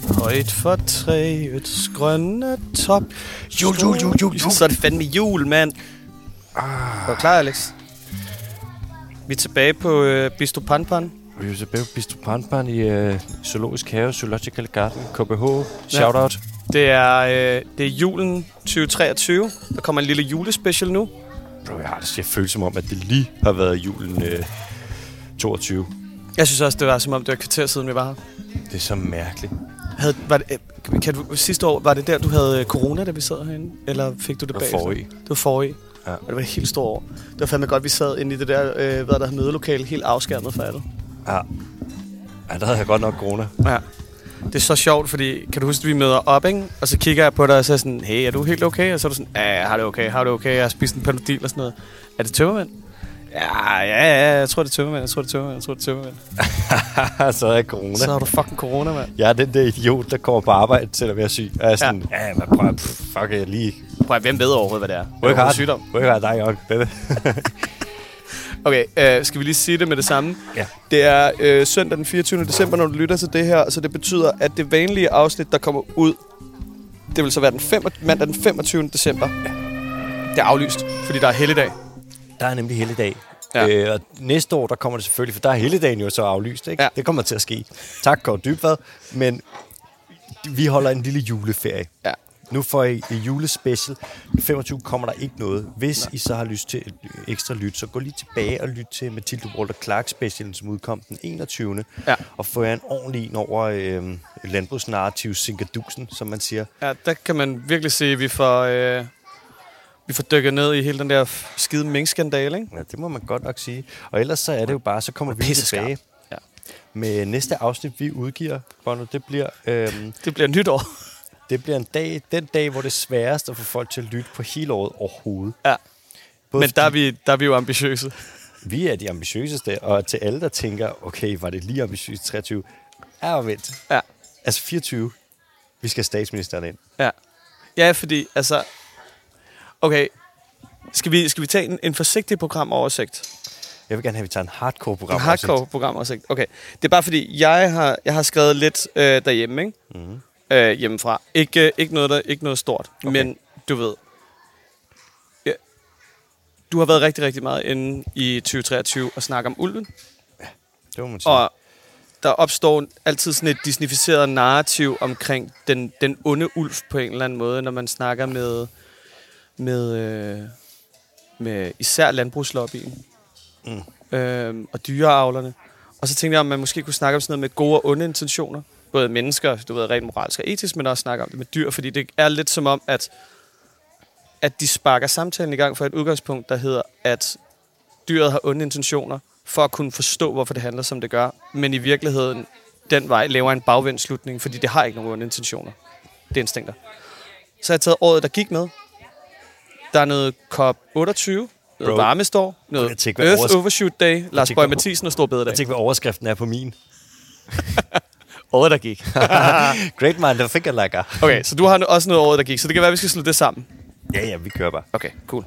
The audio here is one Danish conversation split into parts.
Højt for træets grønne top. Jul. Så er det fandme jul, mand. Er du klar, Alex? Vi er tilbage på Bistro Pan. Vi er tilbage på Bistro Pan i Zoologisk Have, Zoological Garden, KBH. Shoutout. Det er julen 2023. Der kommer en lille julespecial nu. Bro, jeg føler som om, at det lige har været julen 22. Jeg synes også, det var som om, det var et kvarter siden, vi var her. Det er så mærkeligt. Sidste år, var det der, du havde corona, da vi sad herinde? Eller fik du det bag? Det var forrige. Ja. Og det var et helt stort år. Det var fandme godt, vi sad inde i det der mødelokale, helt afskærmet for alle. Ja, der havde jeg godt nok corona. Ja. Det er så sjovt, fordi kan du huske, at vi møder op, ikke? Og så kigger jeg på dig og så sådan, hey, er du helt okay? Og så er du sådan, ja, har det okay, jeg har spist en Panodil og sådan noget. Er det tømmermænd? Ja, jeg tror det er tømmermænd, Så er jeg corona. Så har du fucking corona, mand. Jeg er den der idiot, der kommer på arbejde, selvom jeg er syg. Og jeg er sådan, men prøv at fuck jeg lige. Hvem ved overhovedet, hvad det er? Work hard. Sygdom. Work hard, dig og baby. Okay, skal vi lige sige det med det samme? Ja. Det er søndag den 24. december, når du lytter til det her, så det betyder, at det vanlige afsnit, der kommer ud, det vil så være mandag den 25. december. Ja. Det er aflyst, fordi der er helligdag. Der er nemlig helligdag. Ja. Og næste år, der kommer det selvfølgelig, for der er helligdagen jo så aflyst, ikke? Ja. Det kommer til at ske. Tak, Kåre Dybvad. Men vi holder en lille juleferie. Ja. Nu får I julespecial. Den 25 kommer der ikke noget. Hvis I så har lyst til ekstra lyt, så gå lige tilbage og lyt til Mathilde Walter Clark specialen, som udkom den 21. Ja. Og få jer en ordentlig en over landbrugsnarrativ Sinkadusen, som man siger. Ja, der kan man virkelig se, at vi får dykket ned i hele den der skide minkskandale, ikke? Ja, det må man godt nok sige. Og ellers så er det jo bare, så kommer vi tilbage. Ja. Med næste afsnit, vi udgiver, Bono, det bliver... det bliver nytår. Det bliver den dag, hvor det er sværest at få folk til at lytte på hele året overhovedet. Ja, men der er vi jo ambitiøse. Vi er de ambitiøseste, og til alle, der tænker, okay, var det lige ambitiøst 23? Vent. Ja. Altså 24, vi skal statsministeren ind. Ja. Ja, fordi, altså... Okay, skal vi tage en forsigtig programoversigt? Jeg vil gerne have, at vi tager en hardcore programoversigt. En hardcore programoversigt, okay. Det er bare fordi, jeg har skrevet lidt derhjemme, ikke? Mm-hmm. Hjemmefra. Ikke noget stort, okay. Men du ved... Ja, du har været rigtig, rigtig meget inde i 2023 og snakke om ulven. Ja, det må man sige. Og der opstår altid sådan et disnificeret narrativ omkring den onde ulv på en eller anden måde, når man snakker med især landbrugslobbyen og dyreavlerne. Og så tænkte jeg, om man måske kunne snakke om sådan noget med gode og onde intentioner. Både mennesker, du ved, rent moralsk og etisk, men også snakke om det med dyr, fordi det er lidt som om, at de sparker samtalen i gang for et udgangspunkt, der hedder, at dyret har onde intentioner, for at kunne forstå, hvorfor det handler, som det gør. Men i virkeligheden, den vej laver en bagvendt slutning, fordi det har ikke nogen onde intentioner. Det er instinkter. Så har jeg taget året, der gik med. Der er noget COP28, noget varmestor, noget Earth Overshoot Day, Lars Boje Mathiesen og Stor Bededag. Jeg tænker, hvad overskriften er på min. Året, der gik. Great mind, det fik jeg lækker. Okay, så du har også noget året, der gik, så det kan være, at vi skal slutte det sammen. Ja, vi kører bare. Okay, cool.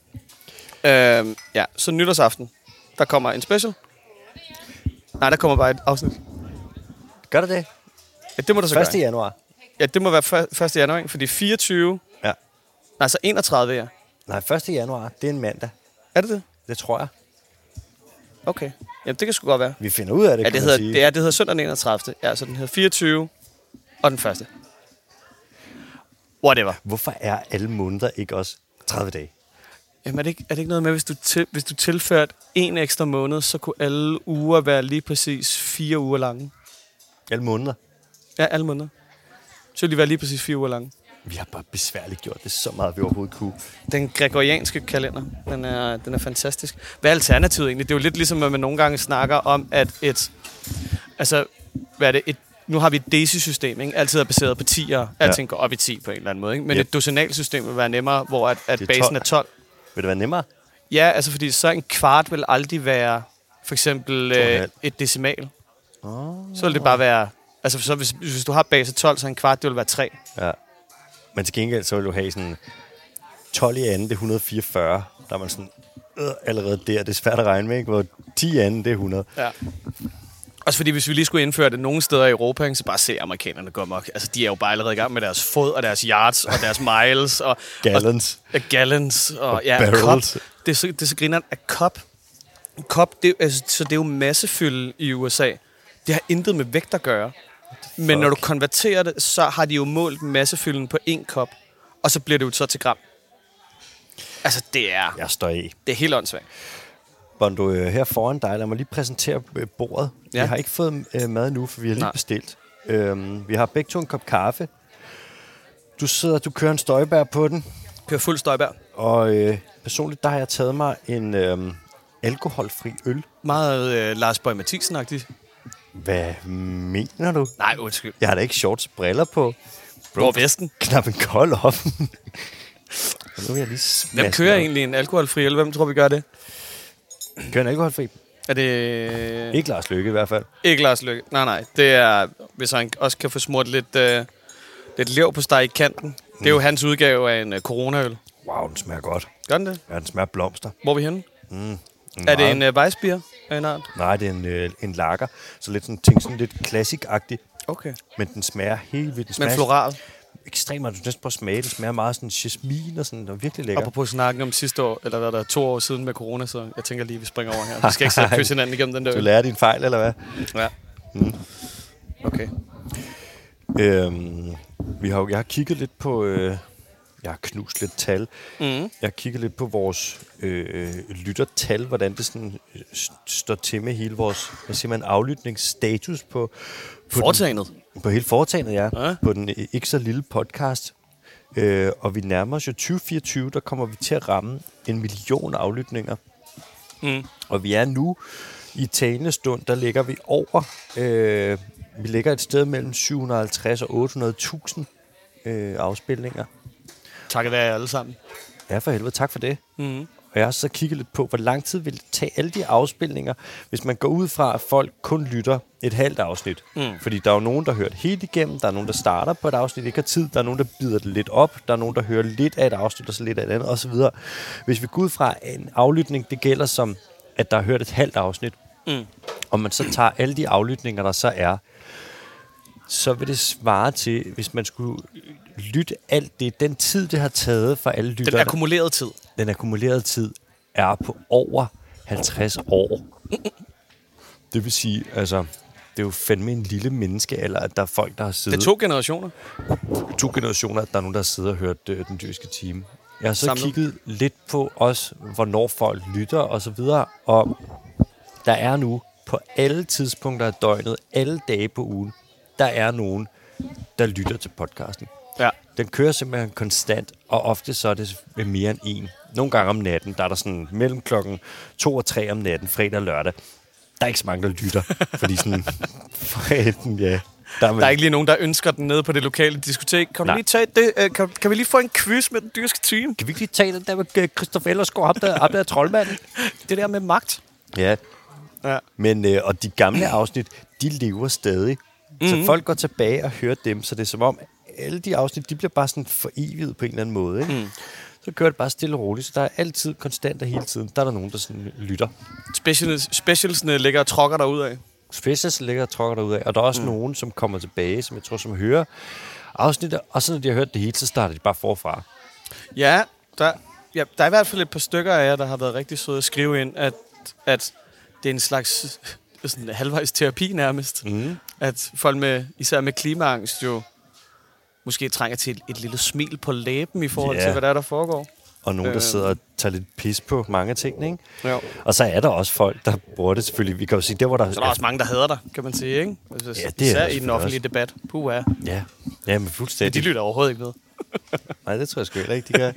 Ja, så nytårsaften, der kommer en special. Nej, der kommer bare et afsnit. Gør det det? Ja, det må der så gøre. 1. januar. Ja, det må være 1. januar, fordi 24... Ja. Nej, så 31, ja. Nej, 1. januar, det er en mandag. Er det det? Det tror jeg. Okay. Jamen, det kan sgu godt være. Vi finder ud af det, ja, det hedder søndag den 31. Ja, så den hedder 24 og den 1. Whatever. Hvorfor er alle måneder ikke også 30 dage? Jamen, er det ikke noget med, hvis du tilførte en ekstra måned, så kunne alle uger være lige præcis 4 uger lange? Alle måneder? Ja, alle måneder. Så ville de være lige præcis 4 uger lange. Vi har bare besværligt gjort det så meget, vi overhovedet kunne. Den gregorianske kalender, den er fantastisk. Hvad er alternativet egentlig? Det er jo lidt ligesom, at man nogle gange snakker om, at nu har vi et deci-system, ikke? Altid er baseret på 10'ere. Alting går op i 10 på en eller anden måde, ikke? Men et dosinalsystem vil være nemmere, hvor at basen er 12. Vil det være nemmere? Ja, altså fordi så en kvart vil aldrig være for eksempel et decimal. Så vil det bare være... Altså så hvis du har base 12, så en kvart, det vil være 3. Ja. Men til gengæld, så vil du have sådan 12 i anden, det er 144. Der er man sådan, allerede der, det er svært at regne med, ikke? Hvor 10 i anden, det er 100. Ja. Også fordi, hvis vi lige skulle indføre det nogle steder i Europa, så bare se amerikanerne gå amok. Altså, de er jo bare allerede i gang med deres fod, og deres yards, og deres miles, og gallons, og ja, cup. Det er så grineren af cup. Cup, så det er jo massefylde i USA. Det har intet med vægt at gøre. Men når du konverterer det, så har de jo målt massefylden på 1 kop, og så bliver det jo så til gram. Altså, det er... Jeg står i. Det er helt åndssvagt. Bondo, her foran dig, lad mig lige præsentere bordet. Ja. Jeg har ikke fået mad nu, for vi har lige bestilt. Vi har begge to en kop kaffe. Du kører en Støjbær på den. Kører fuld Støjbær. Og personligt, der har jeg taget mig en alkoholfri øl. Meget Lars Boje Mathiesen-agtigt. Hvad mener du? Nej, undskyld. Jeg har da ikke shorts og briller på. Hvor vesten? Knap en kold op. Nu vil jeg lige hvem kører egentlig en alkoholfri øl? Hvem tror vi gør det? Kører en alkoholfri? Er det... Ikke Lars Løkke i hvert fald. Ikke Lars Løkke. Nej. Det er, hvis han også kan få smurt lidt lev på steg i kanten. Det er jo hans udgave af en coronaøl. Wow, den smager godt. Gør den det? Ja, den smager blomster. Hvor er vi henne? Er det en Weissbier af en art? Nej, det er en lager. Så lidt sådan ting, sådan lidt classic-agtigt. Okay. Men den smager helt vildt. Men floral? Ekstremt meget. Du næsten prøve at smage. Det smager meget sådan jasmin og sådan. Det er virkelig lækker. Apropos snakken om sidste år, eller hvad der 2 år siden med corona, så jeg tænker lige, vi springer over her. Vi skal ikke sætte kysse hinanden igennem den der øl. Du lærer din fejl, eller hvad? Ja. Okay. Jeg har kigget lidt på... jeg har knust lidt tal. Jeg har kigget lidt på vores lyttertal, hvordan det sådan står til med hele vores, hvad siger man, aflytningsstatus på foretagendet. På hele foretagendet, ja. På den ikke så lille podcast. Og vi nærmer os jo 2024, der kommer vi til at ramme 1 million aflytninger. Og vi er nu i talende stund, der ligger vi over, vi ligger et sted mellem 750 og 800.000 afspilninger. Takket være alle sammen. Ja, for helvede. Tak for det. Og jeg har så kigget lidt på, hvor lang tid vil det tage alle de afspilninger, hvis man går ud fra, at folk kun lytter et halvt afsnit. Fordi der er jo nogen, der hører det helt igennem. Der er nogen, der starter på et afsnit, ikke har tid. Der er nogen, der bider det lidt op. Der er nogen, der hører lidt af et afsnit, og så lidt af et andet, osv. Hvis vi går ud fra en aflytning, det gælder som, at der er hørt et halvt afsnit, og man så tager alle de aflytninger, der så er, så vil det svare til, hvis man skulle lytte alt det, den tid, det har taget for alle lytterne. Den akkumulerede tid. Den akkumulerede tid er på over 50 år. Det vil sige, altså, det er jo fandme en lille menneskealder, at der er folk, der har siddet... Det er 2 generationer. 2 generationer, at der er nogen, der har siddet og hørt Den Dyrske Time. Jeg har så kigget lidt på også, hvornår folk lytter og så videre, og der er nu på alle tidspunkter af døgnet, alle dage på ugen, der er nogen, der lytter til podcasten. Ja. Den kører simpelthen konstant, og ofte så er det mere end 1. Nogle gange om natten, der er der sådan mellem klokken 2 og 3 om natten, fredag og lørdag. Der er ikke så mange, der lytter, fordi sådan... ja, der er ikke lige nogen, der ønsker den nede på det lokale diskotek. Kan vi lige tage det? Kan vi lige få en quiz med Den Dyrske Time? Kan vi ikke lige tage den der med Christopher Ellersgaard, ham der troldmanden? Det der med magt. Ja. Men, og de gamle afsnit, de lever stadig. Så folk går tilbage og hører dem, så det er som om, alle de afsnit, de bliver bare sådan foreviget på en eller anden måde, ikke? Så kører det bare stille og roligt, så der er altid, konstant og hele tiden, der er der nogen, der sådan lytter. Specialsene ligger og tråkker derudad. Specials ligger og tråkker derudad, og der er også nogen, som kommer tilbage, som jeg tror, som hører afsnittet, og så når de har hørt det hele, så starter de bare forfra. Ja, der er i hvert fald et par stykker af jer, der har været rigtig søde at skrive ind, at det er en slags sådan halvvejs terapi nærmest. At folk især med klimaangst jo måske trænger til et lille smil på læben i forhold til, hvad der foregår. Og nogen, der sidder og tager lidt pis på mange ting, ikke? Jo. Og så er der også folk, der bruger det selvfølgelig. Vi kan jo sige, der hvor der... Så der er også mange, der hader dig, kan man sige, ikke? Altså, ja, det især er i den offentlige debat. Puha. Ja, men fuldstændig. De lytter overhovedet ikke med. Nej, det tror jeg sgu heller ikke, de gør.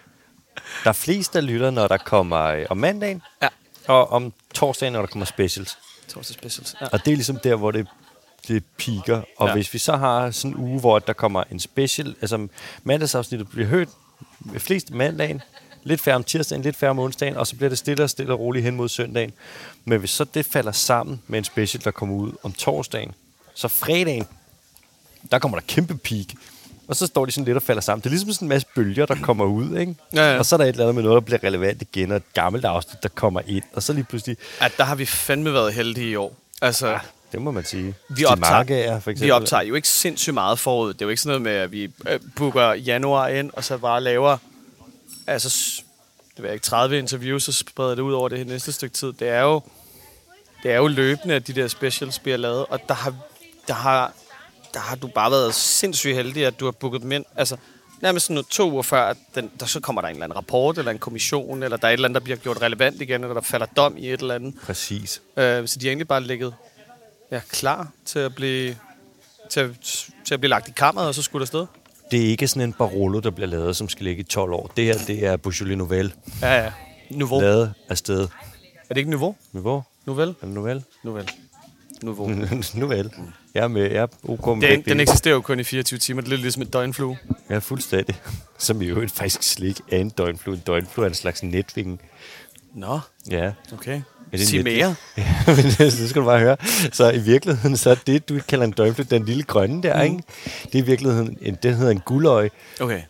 Der er flest, der lytter, når der kommer om mandagen, og om torsdagen, når der kommer specials. Torsdag specials, ja. Og det er ligesom der, hvor det piker. Og hvis vi så har sådan en uge, hvor der kommer en special, altså mandagsafsnittet bliver hørt flest mandagen, lidt færre om tirsdagen, lidt færre om onsdagen, og så bliver det stille og roligt hen mod søndagen. Men hvis så det falder sammen med en special, der kommer ud om torsdagen, så fredagen, der kommer der kæmpe peak. Og så står de sådan lidt og falder sammen. Det er ligesom sådan en masse bølger, der kommer ud, ikke? Ja. Og så er der et eller andet med noget, der bliver relevant igen, og et gammelt afsnit, der kommer ind. Og så lige pludselig... Ja, der har vi fandme været heldige i år. Altså, Det må man sige. Vi optager jo ikke sindssygt meget forud. Det er jo ikke sådan noget med, at vi booker januar ind, og så bare laver det ved jeg ikke, 30 interviews, og spreder det ud over det her næste stykke tid. Det er jo løbende, at de der specials bliver lavet, og der har du bare været sindssygt heldig, at du har booket dem ind. Altså, nærmest sådan 2 uger før, der så kommer der en eller anden rapport, eller en kommission, eller der er et eller andet, der bliver gjort relevant igen, eller der falder dom i et eller andet. Præcis. Så de har egentlig bare ligget klar til at blive lagt i kammeret, og så skulle der afsted. Det er ikke sådan en Barolo, der bliver lavet, som skal ligge i 12 år. Det her, det er Beaujolais Nouvelle. Ja. Nouveau. Lavet afsted. Er det ikke Nouveau? Nouveau? Nouvelle? Er det Nouvelle? Nouveau. Nouvelle. Jeg er med. Jeg er OK med den eksisterer jo kun i 24 timer. Det er lidt ligesom et døgnflue. Ja, fuldstændig. Som i øvrigt faktisk slik er en døgnflue. En døgnflue er en slags netvinge. Nå. Ja. Okay. Sig mere. Ja, men det skal du bare høre. Så i virkeligheden, så er det, du kalder en døgnflue, den lille grønne der, ikke? Det er i virkeligheden, den hedder en guldøje. Okay.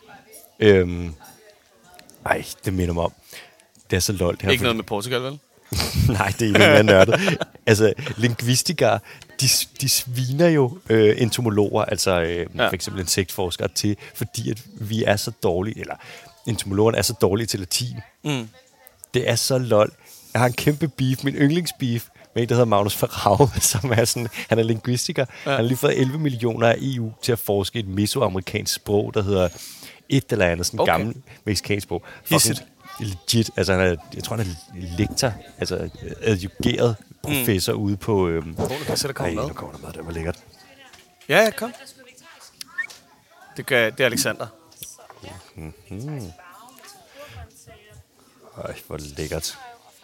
Det minder mig om. Det er så lol. Det her ikke noget med Portugal, vel? Nej, det er ikke mere nørdet. Altså, linguistikere, de sviner jo entomologer, altså for eksempel insektforskere til, fordi at vi er så dårlige, eller entomologerne er så dårlige til latin. Det er så lol. Jeg har en kæmpe beef, min yndlingsbeef, med en, der hedder Magnus Ferrau, som er sådan, han er linguistiker. Ja. Han har lige fået 11 millioner af EU til at forske et mesoamerikansk sprog, der hedder et eller andet, sådan gammel mexicansk sprog. Legit, altså jeg tror, han er lektor, altså adjungeret professor ude på... nu kommer der mad, det var lækkert. Ja, kom. Det er Alexander. Ej, hvor lækkert.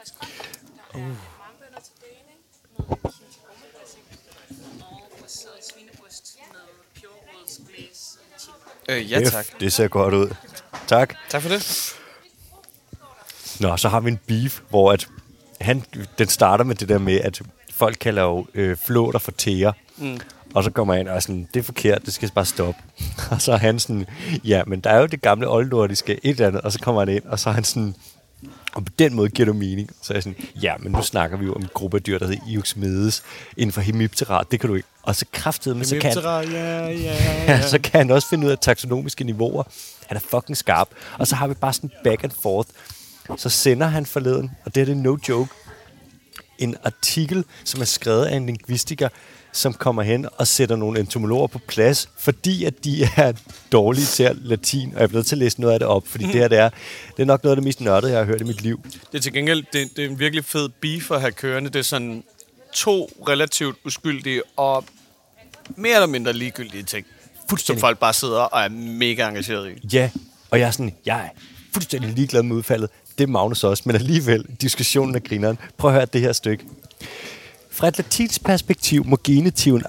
Ja, tak. Det ser godt ud. Tak. Tak for det. Nå, så har vi en beef, hvor den starter med det der med, at folk kalder jo flåter for tæer. Og så kommer han ind og er sådan, det er forkert, det skal bare stoppe. Og så er han sådan, ja, men der er jo det gamle oldnordiske et eller andet. Og så kommer han ind, og så er han sådan, og på den måde giver det mening. Så er jeg sådan, ja, men nu snakker vi jo om en gruppe af dyr, der hedder Ioxmedes inden for Hemiptera. Det kan du ikke. Og så kraftedeme, så kan han også finde ud af taksonomiske niveauer. Han er fucking skarp. Og så har vi bare sådan back and forth. Så sender han forleden, og det er no joke, en artikel, som er skrevet af en linguistiker, som kommer hen og sætter nogle entomologer på plads, fordi at de er dårlige til latin, og jeg er blevet til at læse noget af det op, fordi det her, det er nok noget af det mest nørdede, jeg har hørt i mit liv. Det er til gengæld, det er en virkelig fed beef at have kørende. Det er sådan 2 relativt uskyldige og mere eller mindre ligegyldige ting, som folk bare sidder og er mega engageret i. Ja, og jeg er fuldstændig ligeglad med udfaldet. Det er Magnus også, men alligevel, diskussionen af grineren. Prøv at høre det her stykke. Fra et latinsk perspektiv må genitiven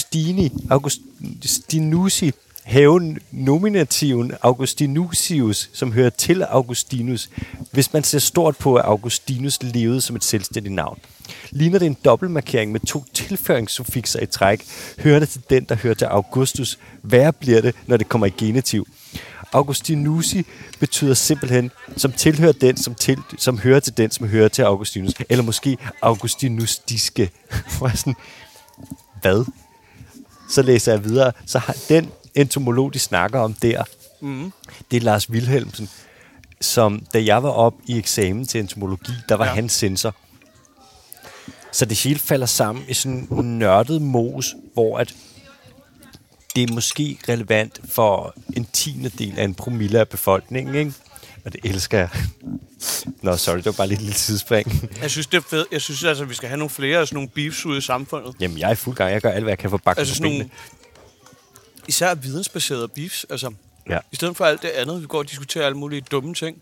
Augustinusi have nominativen Augustinusius, som hører til Augustinus, hvis man ser stort på, at Augustinus levede som et selvstændigt navn. Ligner det en dobbeltmarkering med 2 tilføringssuffikser i træk, hørende til den, der hører til Augustus. Værre bliver det, når det kommer i genitiv. Augustinusi betyder simpelthen, som tilhører den, som hører til den, som hører til Augustinus. Eller måske augustinustiske. Hvad? Så læser jeg videre. Så har den entomolog, de snakker om der, det er Lars Wilhelmsen, som da jeg var op i eksamen til entomologi, der var han censor. Så det hele falder sammen i sådan en nørdet mos, hvor at det er måske relevant for en 10% af en promille af befolkningen, ikke? Og det elsker jeg. Nå, sorry, det var bare lidt lille tidsspring. Jeg synes, det er fedt. Jeg synes altså, vi skal have nogle flere af sådan nogle beefs ude i samfundet. Jamen, jeg er i fuld gang. Jeg gør alt, hvad jeg kan for at bakke altså sådan nogle, især vidensbaserede beefs. Altså, i stedet for alt det andet, vi går og diskuterer alle mulige dumme ting.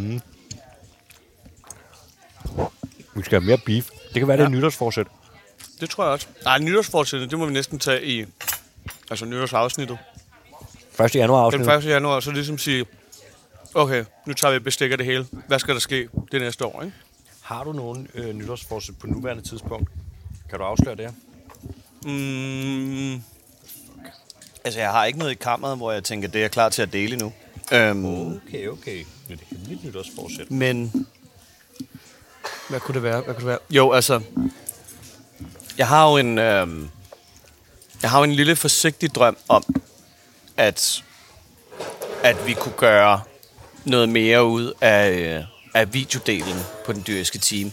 Vi skal have mere beef. Det kan være, det er nytårsforsæt. Det tror jeg også. Nej, nytårsforsættet, det må vi næsten tage i nytårsafsnittet. 1. januar afsnittet. Den 1. januar, så ligesom sige, okay, nu tager vi bestik af det hele. Hvad skal der ske det næste år, ikke? Har du nogen nytårsforsæt på nuværende tidspunkt? Kan du afsløre det her? Altså, jeg har ikke noget i kammeret, hvor jeg tænker, det er klar til at dele nu. Okay. Det er et nytårsforsæt. Men hvad kunne det være? Jo, altså, Jeg har jo en lille forsigtig drøm om, at vi kunne gøre noget mere ud af videodelen på den dyriske team.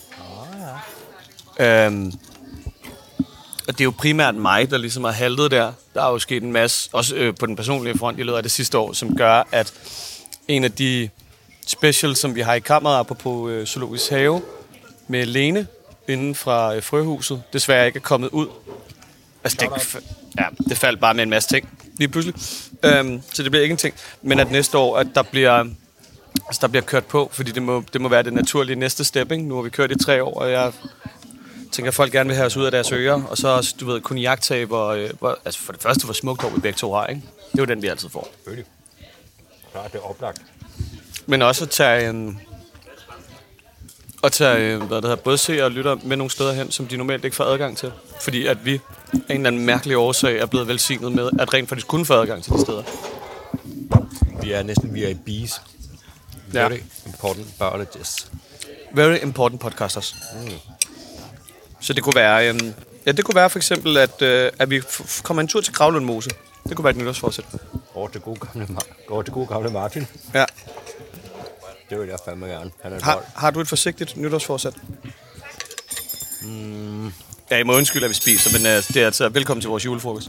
Og det er jo primært mig, der ligesom har haltet der. Der er jo sket en masse, også på den personlige front i løbet af det sidste år, som gør, at en af de specials, som vi har i kammeret, apropos Zoologisk Have, med Lene, inden fra Frøhuset, desværre ikke er kommet ud. Altså, det faldt bare med en masse ting, lige pludselig. Så det bliver ikke en ting. Men at næste år, at der bliver kørt på, fordi det må være det naturlige næste step, ikke? Nu har vi kørt i 3 år, og jeg tænker, at folk gerne vil have os ud af deres ører, og så også, du ved, kunne jagttab, altså for det første, hvor smukt hår vi begge to har, ikke? Det er jo den, vi altid får. Selvfølgelig. Klart, det er oplagt. Men også at tage hvad det hedder, både se og lytter med nogle steder hen, som de normalt ikke får adgang til. Fordi at vi af en eller anden mærkelig årsag er blevet velsignet med, at rent faktisk kunne få adgang til de steder. Vi er næsten VIPs. Very important biologists. Very important podcasters. Så det kunne være, det kunne være for eksempel, at vi kommer en tur til Gravlund Mose. Det kunne være et nytårsforsæt. Over til gode gamle Martin. Ja. Det vil jeg fandme gerne. Har du et forsigtigt nytårsforsæt? Ja, I må undskylde, at vi spiser, men det er altså velkommen til vores julefrokost.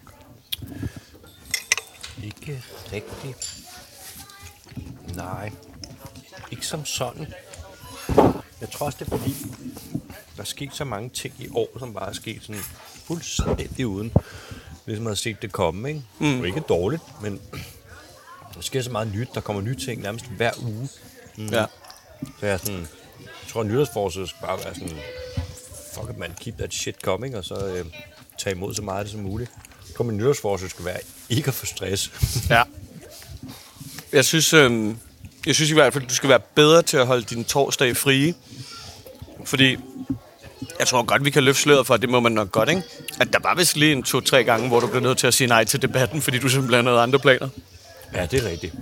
Ikke rigtigt. Nej. Ikke som sådan. Jeg tror også, det er fordi, der er sket så mange ting i år, som bare er sket sådan fuldstændig uden. Ligesom man har set det komme, ikke? Det er ikke dårligt, men der sker så meget nyt. Der kommer nye ting nærmest hver uge. Ja. Så jeg sådan, jeg tror, at nytårsforsættet skal bare være sådan, fuck it, man, keep that shit coming, og så tage imod så meget af det som muligt. Jeg tror, at nytårsforsættet skal være ikke at få stress. Ja. Jeg synes i hvert fald, at du skal være bedre til at holde din torsdag frie. Fordi jeg tror godt, vi kan løfte sløret for, at det må man nok godt, ikke? At der var vist lige 2-3 gange, hvor du blev nødt til at sige nej til debatten, fordi du simpelthen havde andre planer. Ja, det er rigtigt.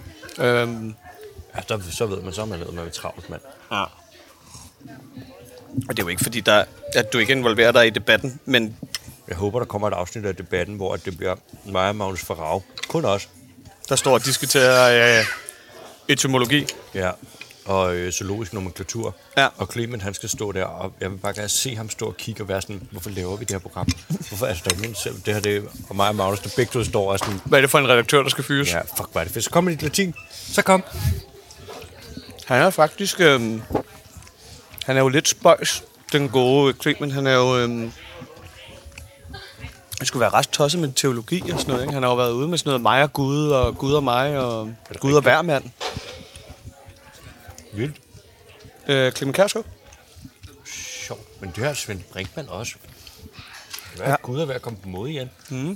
Ja, så ved man, så er man nødt med travlt, mand. Ja. Og det er jo ikke, fordi at du ikke involverer dig i debatten, men... Jeg håber, der kommer et afsnit af debatten, hvor det bliver mig og Magnus Farag. Kun os. Der står og diskuterer etymologi. Ja, og zoologisk nomenklatur. Ja. Og Clement, han skal stå der, og jeg vil bare gerne se ham stå og kigge og være sådan, hvorfor laver vi det her program? Hvorfor er der nogen selv? Det her, det og mig og Magnus, der begge to står og sådan... Hvad er det for en redaktør, der skal fyres? Ja, fuck, hvad er det fedt. Så kom med dit latin. Så kom. Han er faktisk... han er jo lidt spøjs, den gode Clement. Han er jo... han skulle være ret tosset med teologi og sådan noget, ikke? Han har jo været ude med sådan noget mig og Gud, og Gud og mig, og Gud og hver mand. Vildt. Clement Kjærsgaard. Sjovt. Men det har Svend Brinkmann også. Hvad er Gud at være kommet på måde igen? Mm.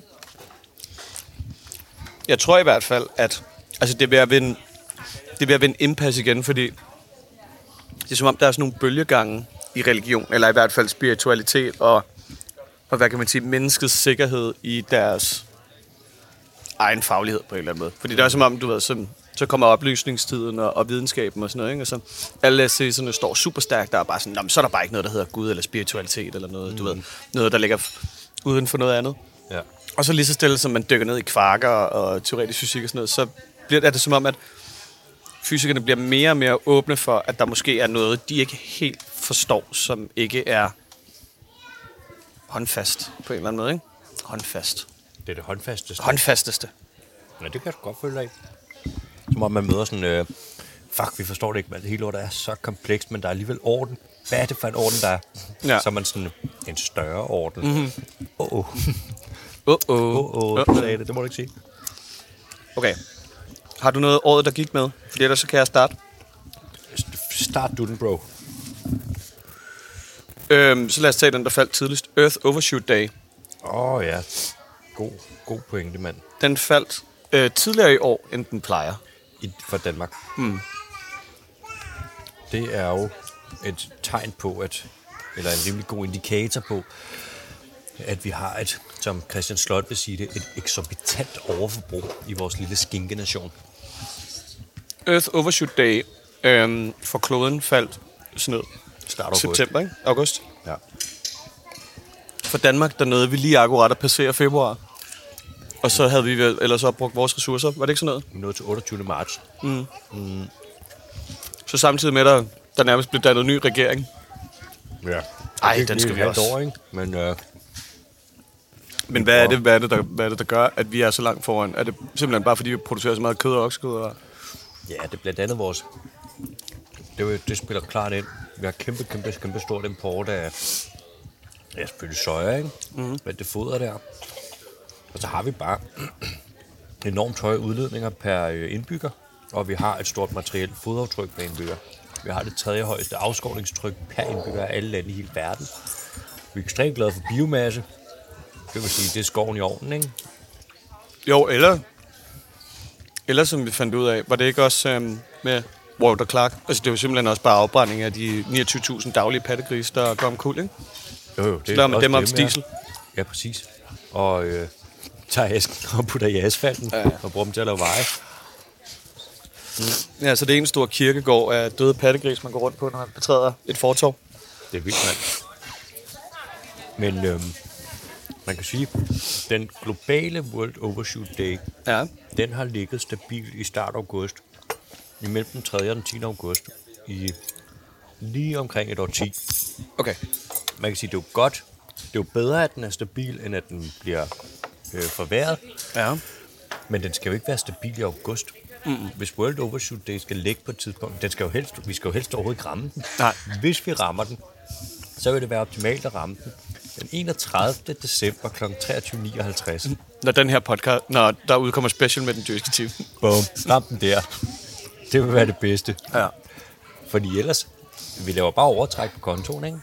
Jeg tror i hvert fald, at altså det er ved at vinde indpas igen, fordi det er som om, der er sådan nogle bølgegange i religion, eller i hvert fald spiritualitet, og hvad kan man sige, menneskets sikkerhed i deres egen faglighed på en eller anden måde. Fordi det er som om, du ved, så kommer oplysningstiden og videnskaben og sådan noget, ikke? Og så alle læserne står super stærkt, der er bare sådan, så er der bare ikke noget, der hedder Gud eller spiritualitet eller noget, du ved, noget, der ligger uden for noget andet. Ja. Og så lige så stille, som man dykker ned i kvarker og teoretisk fysik og sådan noget, så bliver det som om, at fysikerne bliver mere og mere åbne for, at der måske er noget, de ikke helt forstår, som ikke er håndfast på en eller anden måde, ikke? Håndfast. Det er det håndfasteste. Håndfasteste. Ja, det kan jeg godt føle af. Som om man møder sådan, fuck, vi forstår det ikke, men det hele ordet er så komplekst, men der er alligevel orden. Hvad er det for en orden, der er? Ja. Så er man sådan en større orden. Mm-hmm. Du sagde det må du ikke sige. Okay. Har du noget året, der gik med? Fordi ellers så kan jeg starte. Start du den, bro. Så lad os tage den, der faldt tidligst. Earth Overshoot Day. Ja. God pointe, mand. Den faldt tidligere i år, end den plejer. For Danmark. Det er jo et tegn på, eller en rimelig god indikator på, at vi har som Christian Slot vil sige det, et eksorbitant overforbrug i vores lille skinkenation. Earth Overshoot Day for kloden faldt sådan noget. Start august. September, ikke? August. Ja. for Danmark, der nåede vi lige akkurat at passere februar. Og så havde vi vel ellers opbrugt vores ressourcer. Var det ikke sådan noget? Vi nåede til 28. marts. Så samtidig med, der nærmest blev dannet en ny regering. Ja. Ej, den skal vi også. År, ikke? Men hvad er det, der gør, at vi er så langt foran? Er det simpelthen bare, fordi vi producerer så meget kød og oksekød? Eller? Ja, det er blandt andet vores... Det spiller klart ind. Vi har kæmpe stort import af... Ja, selvfølgelig soja, ikke? Men det foder der. Og så har vi bare enormt høje udledninger per indbygger. Og vi har et stort materielt fodaftryk per indbygger. Vi har det 3. højeste afskovningstryk per indbygger af alle lande i hele verden. Vi er ekstremt glade for biomasse. Det vil sige, det er skoven i ovnen, ikke? Jo, eller som vi fandt ud af, var det ikke også med Walter Clark? Altså, det er jo simpelthen også bare afbrænding af de 29.000 daglige pattegrise, der går omkuld, ikke? Jo, det så lader man dem op til diesel. Ja, præcis. Og tager æsken og putter i asfalten og bruger dem til at lave veje. Ja, så det er en stor kirkegård af døde pattegris, man går rundt på, når man betræder et fortov. Det er vildt, mand. Men man kan sige, den globale World Overshoot Day, den har ligget stabilt i start august, imellem den 3. og den 10. august, i lige omkring et årti. Okay. Man kan sige, det er jo godt. Det er jo bedre, at den er stabil, end at den bliver forværret. Ja. Men den skal jo ikke være stabil i august. Hvis World Overshoot Day skal ligge på et tidspunkt, vi skal jo helst overhovedet ikke ramme den. Nej. Hvis vi rammer den, så vil det være optimalt at ramme den den 31. december kl. 23.59. Når der udkommer special med den dyrske team. Bum. Ram den der. Det vil være det bedste. Ja. Fordi ellers, vi laver bare overtræk på kontoen, ikke?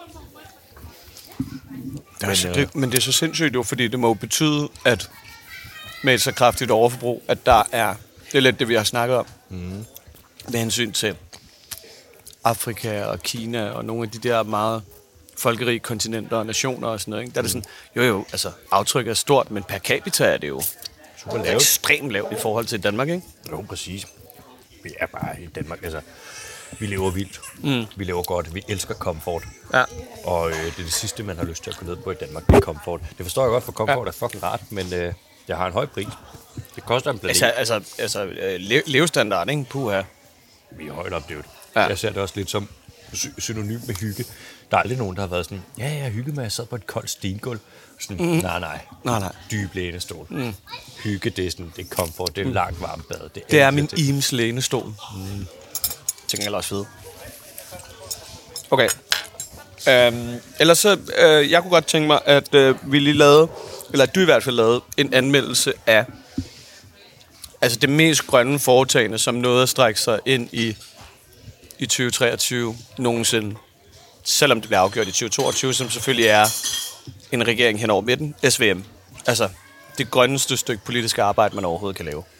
Men det er så sindssygt jo, fordi det må jo betyde, at med et så kraftigt overforbrug, at det er lidt det, vi har snakket om. Med hensyn til Afrika og Kina og nogle af de der meget folkerige kontinenter og nationer og sådan noget, ikke? Der er det sådan, altså aftrykket er stort, men per capita er det jo ekstremt lavt i forhold til Danmark, ikke? Jo, præcis. Vi er bare i Danmark, altså, vi lever vildt. Vi lever godt, vi elsker komfort. Ja. Og det er det sidste, man har lyst til at gå ned på i Danmark, det er komfort. Det forstår jeg godt, for komfort er fucking rart, men jeg har en høj pris. Det koster en planet. Altså levestandard, ikke? Puha. Vi er højt oplevet. Ja. Jeg ser det også lidt som synonym med hygge. Der er aldrig nogen, der har været sådan, ja, jeg hygge med, at jeg sad på et koldt stengulv. Sådan, nej. Dyb lænestol. Hygge, det er sådan, det er komfort, det er langt varmt bad. Det er min Ims lænestol. Tænker jeg også fede. Okay. Ellers så, jeg kunne godt tænke mig, at vi lige lavede, eller at du i hvert fald lavede, en anmeldelse af altså det mest grønne foretagende, som nåede at strække sig ind i 2023 nogensinde. Selvom det bliver afgjort i 2022, som selvfølgelig er en regering hen over midten. SVM. Altså det grønneste stykke politisk arbejde, man overhovedet kan lave.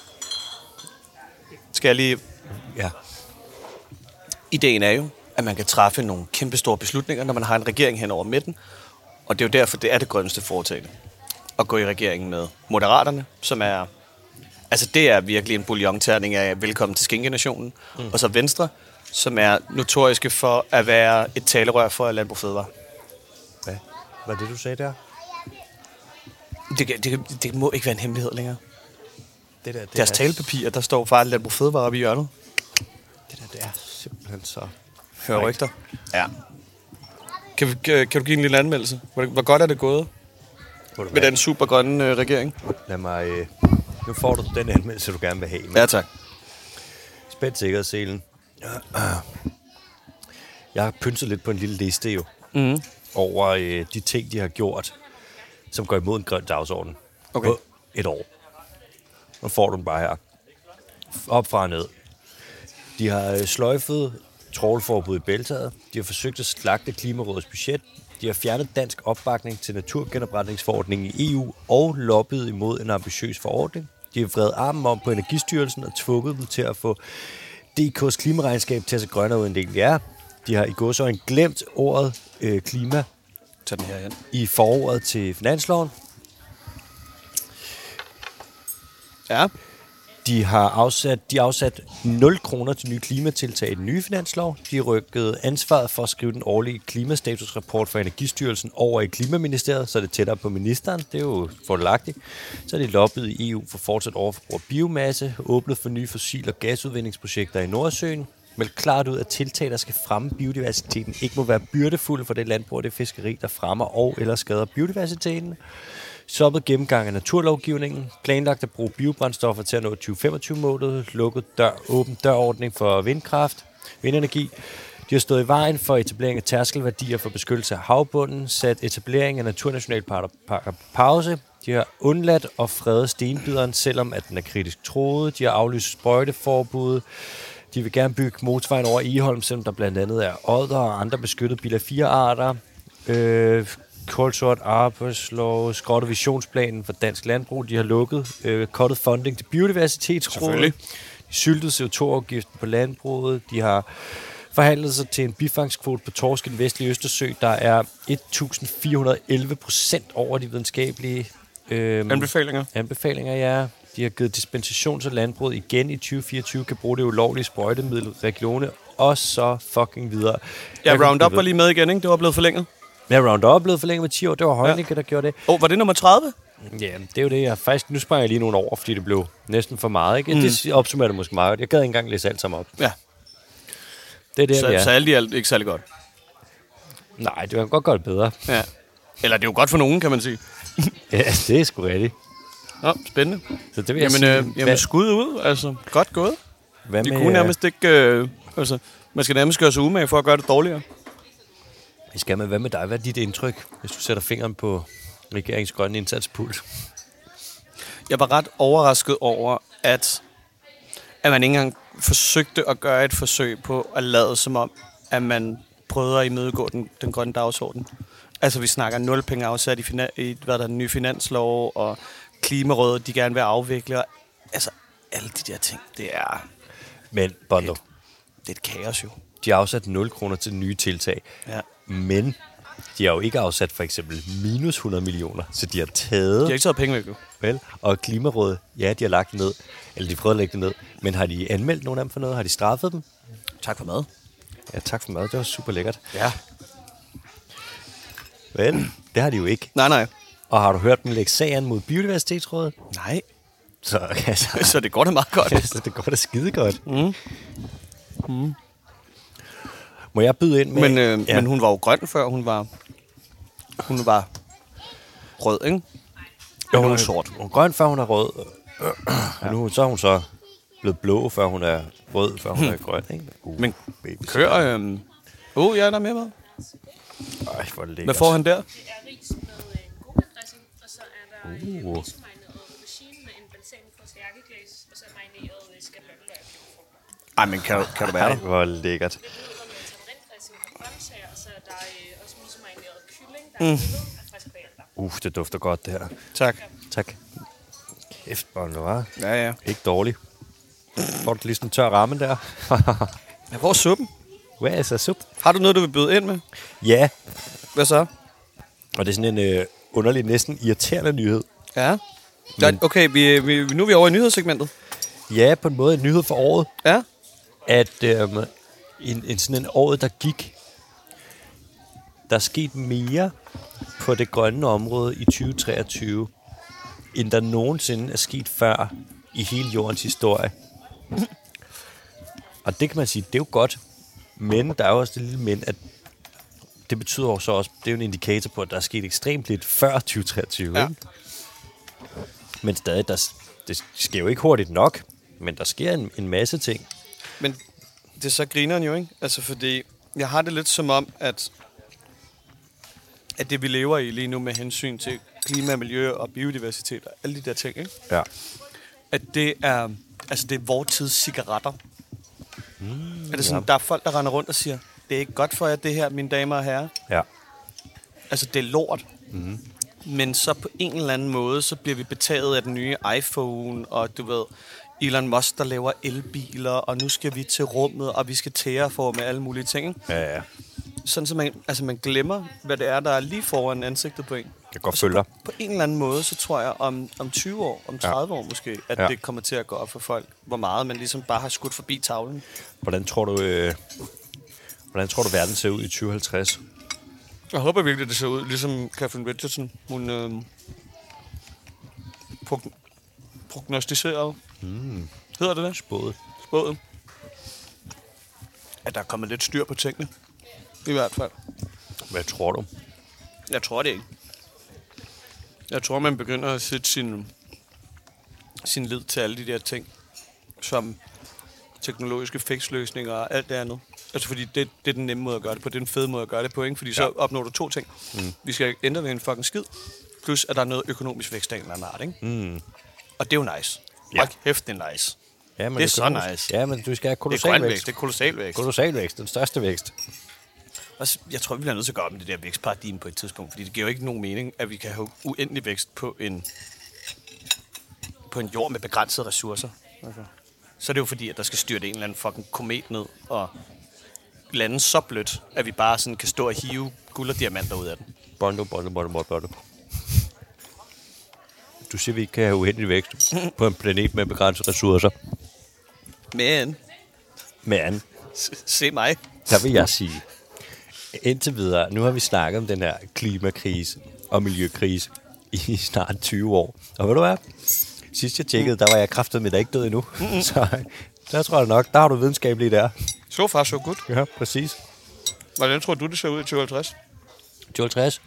Skal jeg lige... Ja. Ideen er jo, at man kan træffe nogle kæmpe store beslutninger, når man har en regering hen over midten. Og det er jo derfor, det er det grønneste foretagende. At gå i regeringen med Moderaterne, som er... Altså det er virkelig en bouillonterning af velkommen til skinkenationen. Og så Venstre, som er notoriske for at være et talerør for Landbrug Fødevare. Hvad var det, du sagde der? Det må ikke være en hemmelighed længere. Det Deres talepapirer, der står bare Landbrug Fødevare oppe i hjørnet. Det er simpelthen så... Hører rygter. Ja. Kan du give en lille anmeldelse? Hvor godt er det gået med den supergrønne regering? Lad mig... Nu får du den anmeldelse, du gerne vil have. Ja, tak. Spænd sikkerhedsselen. Jeg har pynset lidt på en lille liste jo. Over de ting, de har gjort, som går imod en grøn dagsorden. Okay. På et år. Nu får du den bare her. Op fra og ned. De har sløjfet trawlforbud i Bæltaget. De har forsøgt at slagte Klimarådets budget. De har fjernet dansk opbakning til naturgenopretningsforordningen i EU og lobbyet imod en ambitiøs forordning. De har vredet armen om på Energistyrelsen og tvunget dem til at få DK's klimaregnskab til at se grønnere ud, end det egentlig er. De har i gåseøjne glemt ordet klima Tag den her hen. I forordet til finansloven. Ja. De har afsat 0 kroner til nye klimatiltag i den nye finanslov. De har rykket ansvaret for at skrive den årlige klimastatusrapport for Energistyrelsen over i Klimaministeriet, så er det tættere på ministeren. Det er jo fordelagtigt. Så er de lobbyet i EU for fortsat overforbrug af biomasse, åbnet for nye fossil- og gasudvindingsprojekter i Nordsøen, meldt klart ud, at tiltag, der skal fremme biodiversiteten, ikke må være byrdefulde for det landbrug og det fiskeri, der fremmer og eller skader biodiversiteten. Stoppet gennemgang af naturlovgivningen, planlagt at bruge biobrændstoffer til at nå 2025-målet, lukket åben dørordning for vindenergi. De har stået i vejen for etablering af tærskelværdier for beskyttelse af havbunden, sat etablering af naturnationalparker på pause. De har undladt at frede stenbideren, selvom at den er kritisk truet. De har aflyst sprøjteforbud. De vil gerne bygge motorvejen over Egholm, selvom der blandt andet er odder og andre beskyttede bilag 4-arter. Kulsort arbejdslov, skrottet visionsplanen for dansk landbrug. De har lukket cuttet funding til biodiversitetsrådet. De syltede CO2-afgiften på landbruget. De har forhandlet sig til en bifangskvote på torsk i den vestlige Østersø, der er 1.411% over de videnskabelige anbefalinger, ja. De har givet dispensation, så landbruget igen i 2024 kan bruge det ulovlige sprøjtemiddel Reglione, og så fucking videre. Ja, Roundup var lige med igen, ikke? Det var blevet forlænget. Ja, Roundup er blevet forlænget med 10 år. Det var Højnicke, der gjorde det. Var det nummer 30? Ja, det er jo det. Nu sprang jeg lige nogle over, fordi det blev næsten for meget, ikke? Det opsummerer det måske meget. Jeg gad ikke engang læse alt sammen op. Ja. Det er det, så alt i alt ikke særlig godt. Nej, det kan godt gøre det bedre. Ja. Eller det er jo godt for nogen, kan man sige. Ja, det er sgu rigtigt. Nå, spændende. Så det vil jeg sige. Jamen skud ud, altså. Godt gået. Hvad det med, kunne nærmest ikke... man skal nærmest gøre sig umage for at gøre det dårligere. Hvad med dig? Hvad er dit indtryk, hvis du sætter fingeren på regeringens grønne indsatspuls? Jeg var ret overrasket over, at man ikke engang forsøgte at gøre et forsøg på at lade som om, at man prøvede at imødegå den grønne dagsorden. Altså, vi snakker 0 penge afsat i den nye finanslov, og Klimarådet, de gerne vil afvikle. Og, altså, alle de der ting, det er... Men, Bondo, det er et kaos jo. De har afsat 0 kroner til nye tiltag. Ja. Men de har jo ikke afsat for eksempel minus 100 millioner, så de har taget... De har ikke taget penge væk jo. Vel, og Klimarådet, ja, de har lagt det ned, eller de prøvede at lægge det ned, men har de anmeldt nogen af dem for noget? Har de straffet dem? Tak for mad. Ja, tak for mad. Det var super lækkert. Ja. Vel, det har de jo ikke. Nej. Og har du hørt dem lægge sagen mod Biodiversitetsrådet? Nej. Så, altså, så det går da meget godt. Ja, så det går da skide godt. Må jeg byde ind med... Men hun var jo grøn før, hun var rød, ikke? Jo, hun er sort. Hun er grøn, før hun er rød. Ja. Nu så er hun så blevet blå, før hun er rød, før hun er grøn, ikke? Men kør... ja, der er mere mad. Ej, hvor lækkert. Hvad får han der? Det er ris med en gruppedressing, og så er der rismarineret aubergine med en balsamico og stærkeglæs, og så marineret skallonløg og peberfrugter. Ej, men kan du være der? Hvor lækkert. Det er med tamarindressing og grøntsager, og så er der også rismarineret kylling, der er grillet af frisk koriander. Det dufter godt, det her. Tak. Kæft, Bondo, hva'? Ja. Ikke dårligt. Får du lige sådan en tør ramme der? Hvor er suppen? Hvad er så sup? Har du noget, du vil byde ind med? Ja. Hvad så? Og det er sådan en underlig, næsten irriterende nyhed. Ja. Okay, nu er vi over i nyhedssegmentet. Ja, på en måde en nyhed for året. Ja. At sådan en året, der gik, der er sket mere på det grønne område i 2023, end der nogensinde er sket før i hele jordens historie. Og det kan man sige, det er jo godt. Men der er jo også det lille men, at det betyder jo så også, det er jo en indikator på, at der er sket ekstremt lidt før 2023. Ja. Ikke? Men stadig, det sker jo ikke hurtigt nok, men der sker en masse ting. Men det er så grineren jo, ikke? Altså, fordi jeg har det lidt som om, at det vi lever i lige nu med hensyn til klima, miljø og biodiversitet og alle de der ting, ikke? Ja. At det er vor tids cigaretter. Er det sådan, der er folk, der render rundt og siger, det er ikke godt for jer, det her, mine damer og herrer? Ja. Altså, det er lort. Men så på en eller anden måde, så bliver vi betaget af den nye iPhone, og du ved, Elon Musk, der laver elbiler, og nu skal vi til rummet, og vi skal terraforme alle mulige ting. Ja. Sådan, så man glemmer, hvad det er, der er lige foran ansigtet på en. Jeg godt følger. På en eller anden måde, så tror jeg, om 20 år, om 30 år måske, at det kommer til at gå op for folk, hvor meget man ligesom bare har skudt forbi tavlen. Hvordan tror du, verden ser ud i 2050? Jeg håber virkelig, det ser ud, ligesom Catherine Richardson. Hun prognostiserede. Hedder det det? Spået. At der er kommet lidt styr på tingene. I hvert fald. Hvad tror du? Jeg tror det ikke. Jeg tror, man begynder at sætte sin lid til alle de der ting, som teknologiske fiksløsninger og alt det andet. Altså fordi det er den nemme måde at gøre det på. Det er den fede måde at gøre det på, ikke? Fordi så opnår du 2 ting. Vi skal ændre ved en fucking skid, plus at der er noget økonomisk vækst af en eller anden art, ikke? Og det er jo nice. Hold kæft, det er nice. Ja, men det er så nice. Ja, men du skal have kolossal vækst. Det er kolossal vækst. Kolossal vækst, den største vækst. Jeg tror, vi bliver nødt til at gå op med det der vækstparadigme på et tidspunkt, fordi det giver jo ikke nogen mening, at vi kan have uendelig vækst på en jord med begrænsede ressourcer. Okay. Så er det jo fordi, at der skal styrte en eller anden fucking komet ned og lande så blødt, at vi bare sådan kan stå og hive guld og diamanter ud af den. Bondo. Du siger, vi ikke kan have uendelig vækst på en planet med begrænsede ressourcer. Men. Se mig. Der vil jeg sige, indtil videre, nu har vi snakket om den her klimakrise og miljøkrise i snart 20 år. Og ved du hvad? Sidst jeg tjekkede, der var jeg kraftedeme med, der ikke død endnu. Så der tror jeg nok, der har du videnskabeligt der. So far, so good. Ja, præcis. Hvordan tror du, det ser ud i 2050? 2050?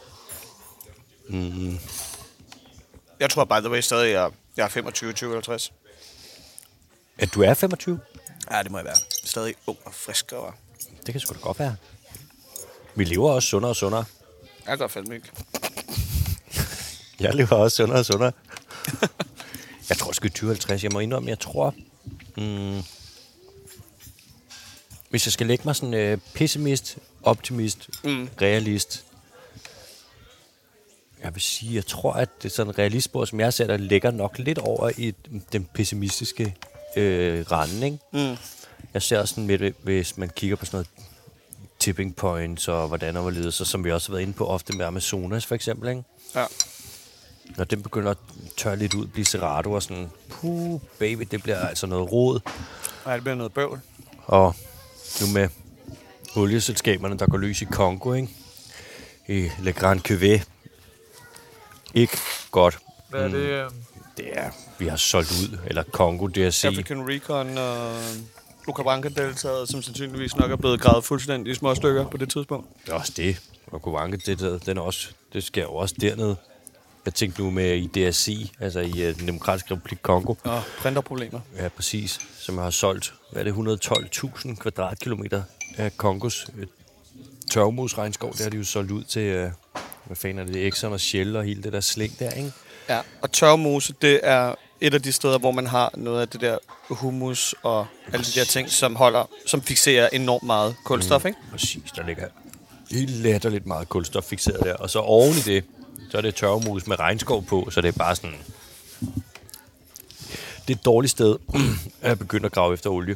Jeg tror, by the way, stadig, jeg er 25 i 2050. At du er 25? Ja, det må jeg være. Stadig ung og frisk. Og... Det kan sgu da godt være. Vi lever også sundere og sundere. Jeg gør fandme ikke. Jeg lever også sundere og sundere. Jeg tror sgu 2050. Jeg må indrømme, jeg tror... hvis jeg skal lægge mig sådan pessimist, optimist, realist... Jeg vil sige, jeg tror, at det er sådan en realistspor, som jeg ser, der ligger nok lidt over i den pessimistiske rande, ikke? Jeg ser sådan lidt, hvis man kigger på sådan noget tipping points og hvordan og hvorledes, så som vi også har været inde på ofte med Amazonas for eksempel, ikke? Ja. Når den begynder at tørre lidt ud, blive Cerrado og sådan, baby, det bliver altså noget rod. Ja, det bliver noget bøvl. Og nu med olieselskaberne, der går løs i Congo, ikke? I Le Grand Cuvée. Ikke godt. Hvad er det? Det er, vi har solgt ud, eller Congo DRC. African Recon og Okavango-deltaget, som sandsynligvis nok er blevet gravet fuldstændig i små stykker på det tidspunkt. Det er også det. Okavango-deltaget, den er også, det sker jo også dernede. Jeg tænkte nu med i DRC, altså i den demokratiske republik Congo. Og printerproblemer. Ja, præcis. Som jeg har solgt, hvad er det, 112.000 kvadratkilometer af Kongos tørvemusregnskov. Det har de jo solgt ud til, hvad fanden er det, Exxon og Shell og hele det der slæng der, ikke? Ja, og tørvemose, det er et af de steder, hvor man har noget af det der humus og alle de der ting, som fikserer enormt meget kulstof, ikke? Præcis, der ligger helt latterligt meget kulstof fikseret der. Og så oven i det, så er det tørvemus med regnskov på, så det er bare sådan... Det er et dårligt sted at begynde at grave efter olie.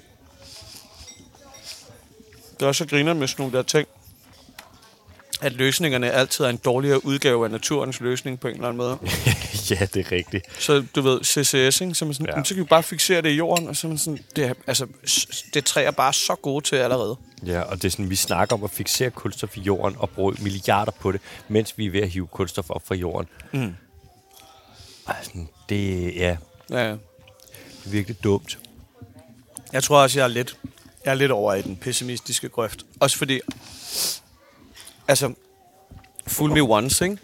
Det er også så griner med sådan nogle der ting, at løsningerne altid er en dårligere udgave af naturens løsning på en eller anden måde. Ja, det er rigtigt. Så du ved, CCS, ikke? Så, man sådan, så kan vi bare fixere det i jorden, og så man sådan, det træer bare så gode til allerede. Ja, og det er sådan, vi snakker om at fixere kulstof i jorden og bruge milliarder på det, mens vi er ved at hive kulstof op fra jorden. Altså, det er virkelig dumt. Jeg tror også, jeg er lidt over i den pessimistiske grøft. Også fordi, altså, fool me once, ikke?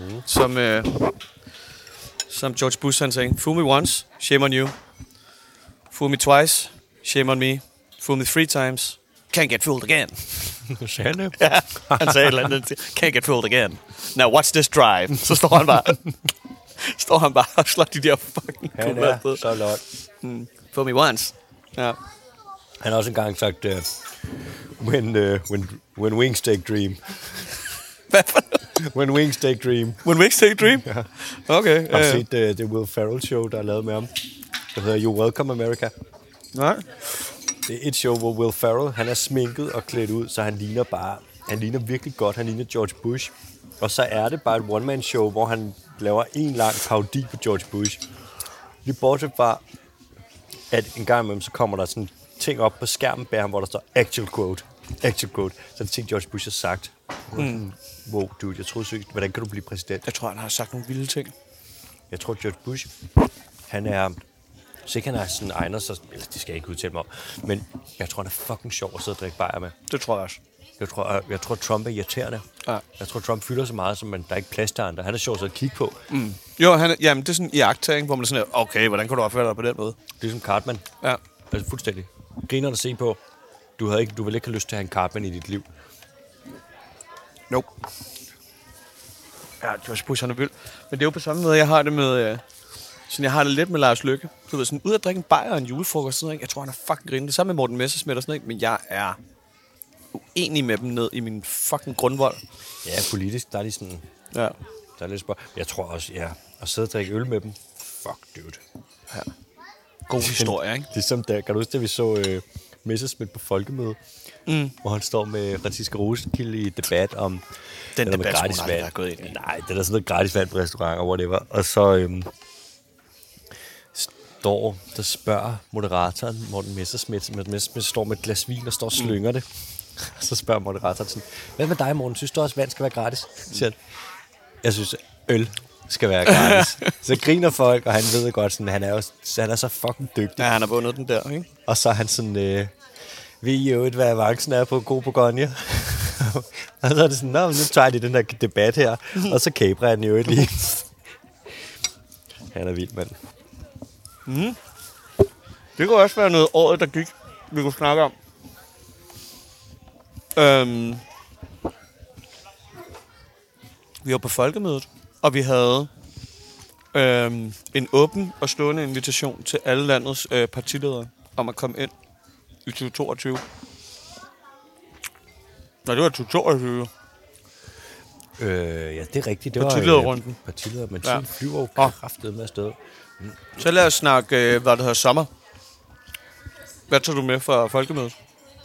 Som George Bush han sagde, fool me once, shame on you. Fool me twice, shame on me. Fool me 3 times, can't get fooled again. Ja, han sagde et eller andet, can't get fooled again. Now watch this drive. Så står han bare og slår de der fucking kugler på. Så lort. Fool me once. Ja. Han har også engang sagt, when wings take dream. Hvad for noget? When wings take dream. When wings take dream? Ja. Okay. Har du set det Will Ferrell show, der er lavet med ham? Det hedder You're Welcome America. Nej. Det er et show, hvor Will Ferrell, han er sminket og klædt ud, så han ligner virkelig godt. Han ligner George Bush. Og så er det bare et one-man-show, hvor han laver en lang parodi på George Bush. Lige bortset fra, at en gang imellem, så kommer der sådan ting op på skærmen bag ham, hvor der står actual quote. Actual quote. Så er det ting, George Bush har sagt. Wow, dude, jeg troede sygt. Hvordan kan du blive præsident? Jeg tror, han har sagt nogle vilde ting. Jeg tror, George Bush, han er... Så ikke han er sådan egner, så... Eller, det skal jeg ikke udtale mig om. Men jeg tror, han er fucking sjov at sidde og drikke bajer med. Det tror jeg også. Jeg tror, Trump er irriterende. Ja. Jeg tror, Trump fylder så meget, som der er ikke plads til andre. Han er sjov at kigge på. Jo, jamen, det er sådan en iagttagning, hvor man er sådan, okay, hvordan kan du opføre dig på den måde? Det er som Cartman. Ja. Altså fuldstændig. Griner at se på. Du vil ikke have lyst til at have en Cartman i dit liv. Nope. Ja, George Bush, han er vild. Men det er jo på samme måde, jeg har det med... Sådan, jeg har det lidt med Lars Løkke. Du ved, sådan ud at drikke en bajer og en julefrokost. Sådan, ikke? Jeg tror, han er fucking griner. Det samme med Morten Messerschmidt og sådan, ikke? Men jeg er uenig med dem ned i min fucking grundvold. Ja, politisk, der er de sådan... Ja. Der er lidt spørg. Jeg tror også, ja, at sidde og drikke øl med dem. Fuck, dude. Ja. God historie, ikke? Det er som der, kan du huske, da vi så Messerschmidt på folkemøde, hvor han står med Franziska Rosenkilde i debat om... Den debat gratis skulle vand. aldrig gået ind i. Nej, det er der sådan noget gratis vand på restauranter, whatever. Og så der spørger moderatoren, Morten Messerschmidt står med et glas vin og står og slynger det. Så spørger moderatoren sådan, hvad med dig, Morten? Synes du også, vand skal være gratis? Siger han, jeg synes, øl skal være gratis. Så griner folk, og han ved godt, sådan, han er så fucking dygtig. Ja, han har vundet den der, ikke? Og så er han sådan, ved I jo hvad avancen er på god Bourgogne? Og så er det sådan, nu tager de den der debat her, og så kabrer han jo lige. Han er vild, mand. Det kunne også være noget året, der gik, vi kunne snakke om. Vi var på folkemødet, og vi havde en åben og stående invitation til alle landets partiledere om at komme ind i 2022. Nej, det var 2022. Ja, det er rigtigt. Det var partilederrunden. Partileder, men tiden flyver jo kraftedet med afsted. Så lad os snakke, hvad det hedder, sommer. Hvad tager du med fra folkemødet?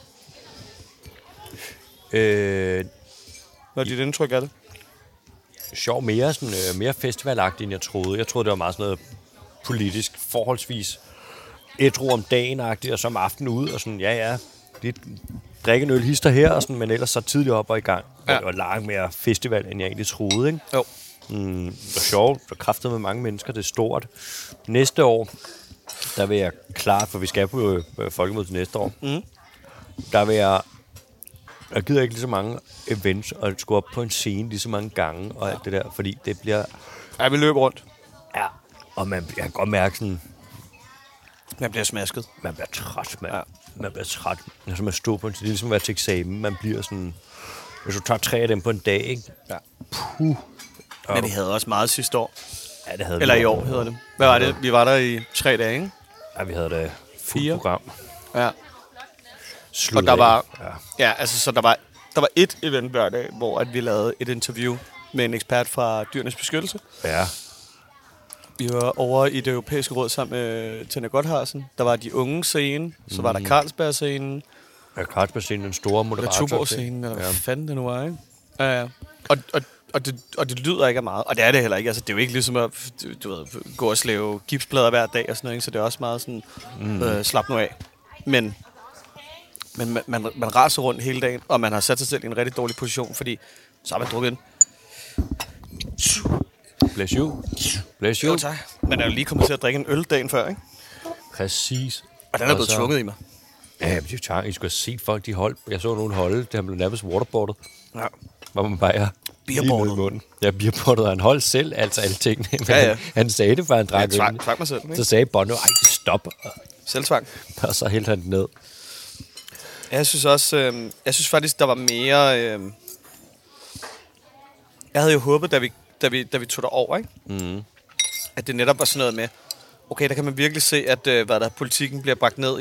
Hvad er dit indtryk af det? Sjov, mere festivalagtigt, end jeg troede. Jeg troede, det var meget sådan noget politisk, forholdsvis ædru om dagen-agtigt, og så om aftenen ud, og sådan, ja, lidt drikke en øl hister her, og sådan, men ellers så tidligt op og i gang. Ja. Det var langt mere festival, end jeg egentlig troede, ikke? Jo. Det var sjovt, der kraftede med mange mennesker, det er stort. Næste år, der vil jeg klart, for vi skal på folkemødet næste år, der vil jeg gider ikke lige så mange events, og skulle op på en scene lige så mange gange, og alt det der, fordi det bliver... Ja, vi løber rundt. Ja, og jeg kan godt mærke sådan... Man bliver smasket. Man bliver træt, mand. Ja. Man bliver træt. Altså, man står på en... Det er ligesom at være til eksamen. Man bliver sådan... Hvis du tager 3 af dem på en dag, ikke? Ja. Puh. Men vi havde også meget sidste år. Ja, det havde vi. Eller i år hedder det. Hvad var det? Vi var der i 3 dage, ikke? Ja, vi havde det fuldt program. Ja. Slut og der var... Ja, altså, så der var et event hver dag, hvor at vi lavede et interview med en ekspert fra Dyrenes Beskyttelse. Ja. Vi var over i det europæiske råd sammen med Tanja Godtharsen. Der var de unge scene, så var der Carlsberg-scenen. Ja, Carlsberg-scenen, den store moderator. Eller Tuborg-scenen, eller hvad fanden det nu var, ikke? Ja. Og det lyder ikke af meget, og det er det heller ikke. Altså, det er jo ikke ligesom at du ved, gå og slæve gipsplader hver dag og sådan noget, ikke? Så det er også meget sådan, slap nu af. Men man raser rundt hele dagen, og man har sat sig selv i en rigtig dårlig position, fordi så har man drukket en. Bless you. Bless you. Jo, tak. Man er jo lige kommet til at drikke en øl dagen før, ikke? Præcis. Og den er blevet tvunget i mig. Ja, men det er jo I skulle have set folk, de holdt. Jeg så nogen holde, det har blevet nærmest waterboardet. Ja. Hvor man bare er beerboardet. i munden. Ja, beerboardet, og han holdt selv, altså alle tingene. Men ja. Han sagde det, for han drak øl. Tvang mig selv, ikke? Så sagde Bono, ej, stop. Selvtvang. Og så hældte han den ned. Jeg synes også, jeg synes faktisk, der var mere... Jeg havde jo håbet, da vi tog derover, ikke? At det netop var sådan noget med, okay, der kan man virkelig se, at politikken bliver bragt ned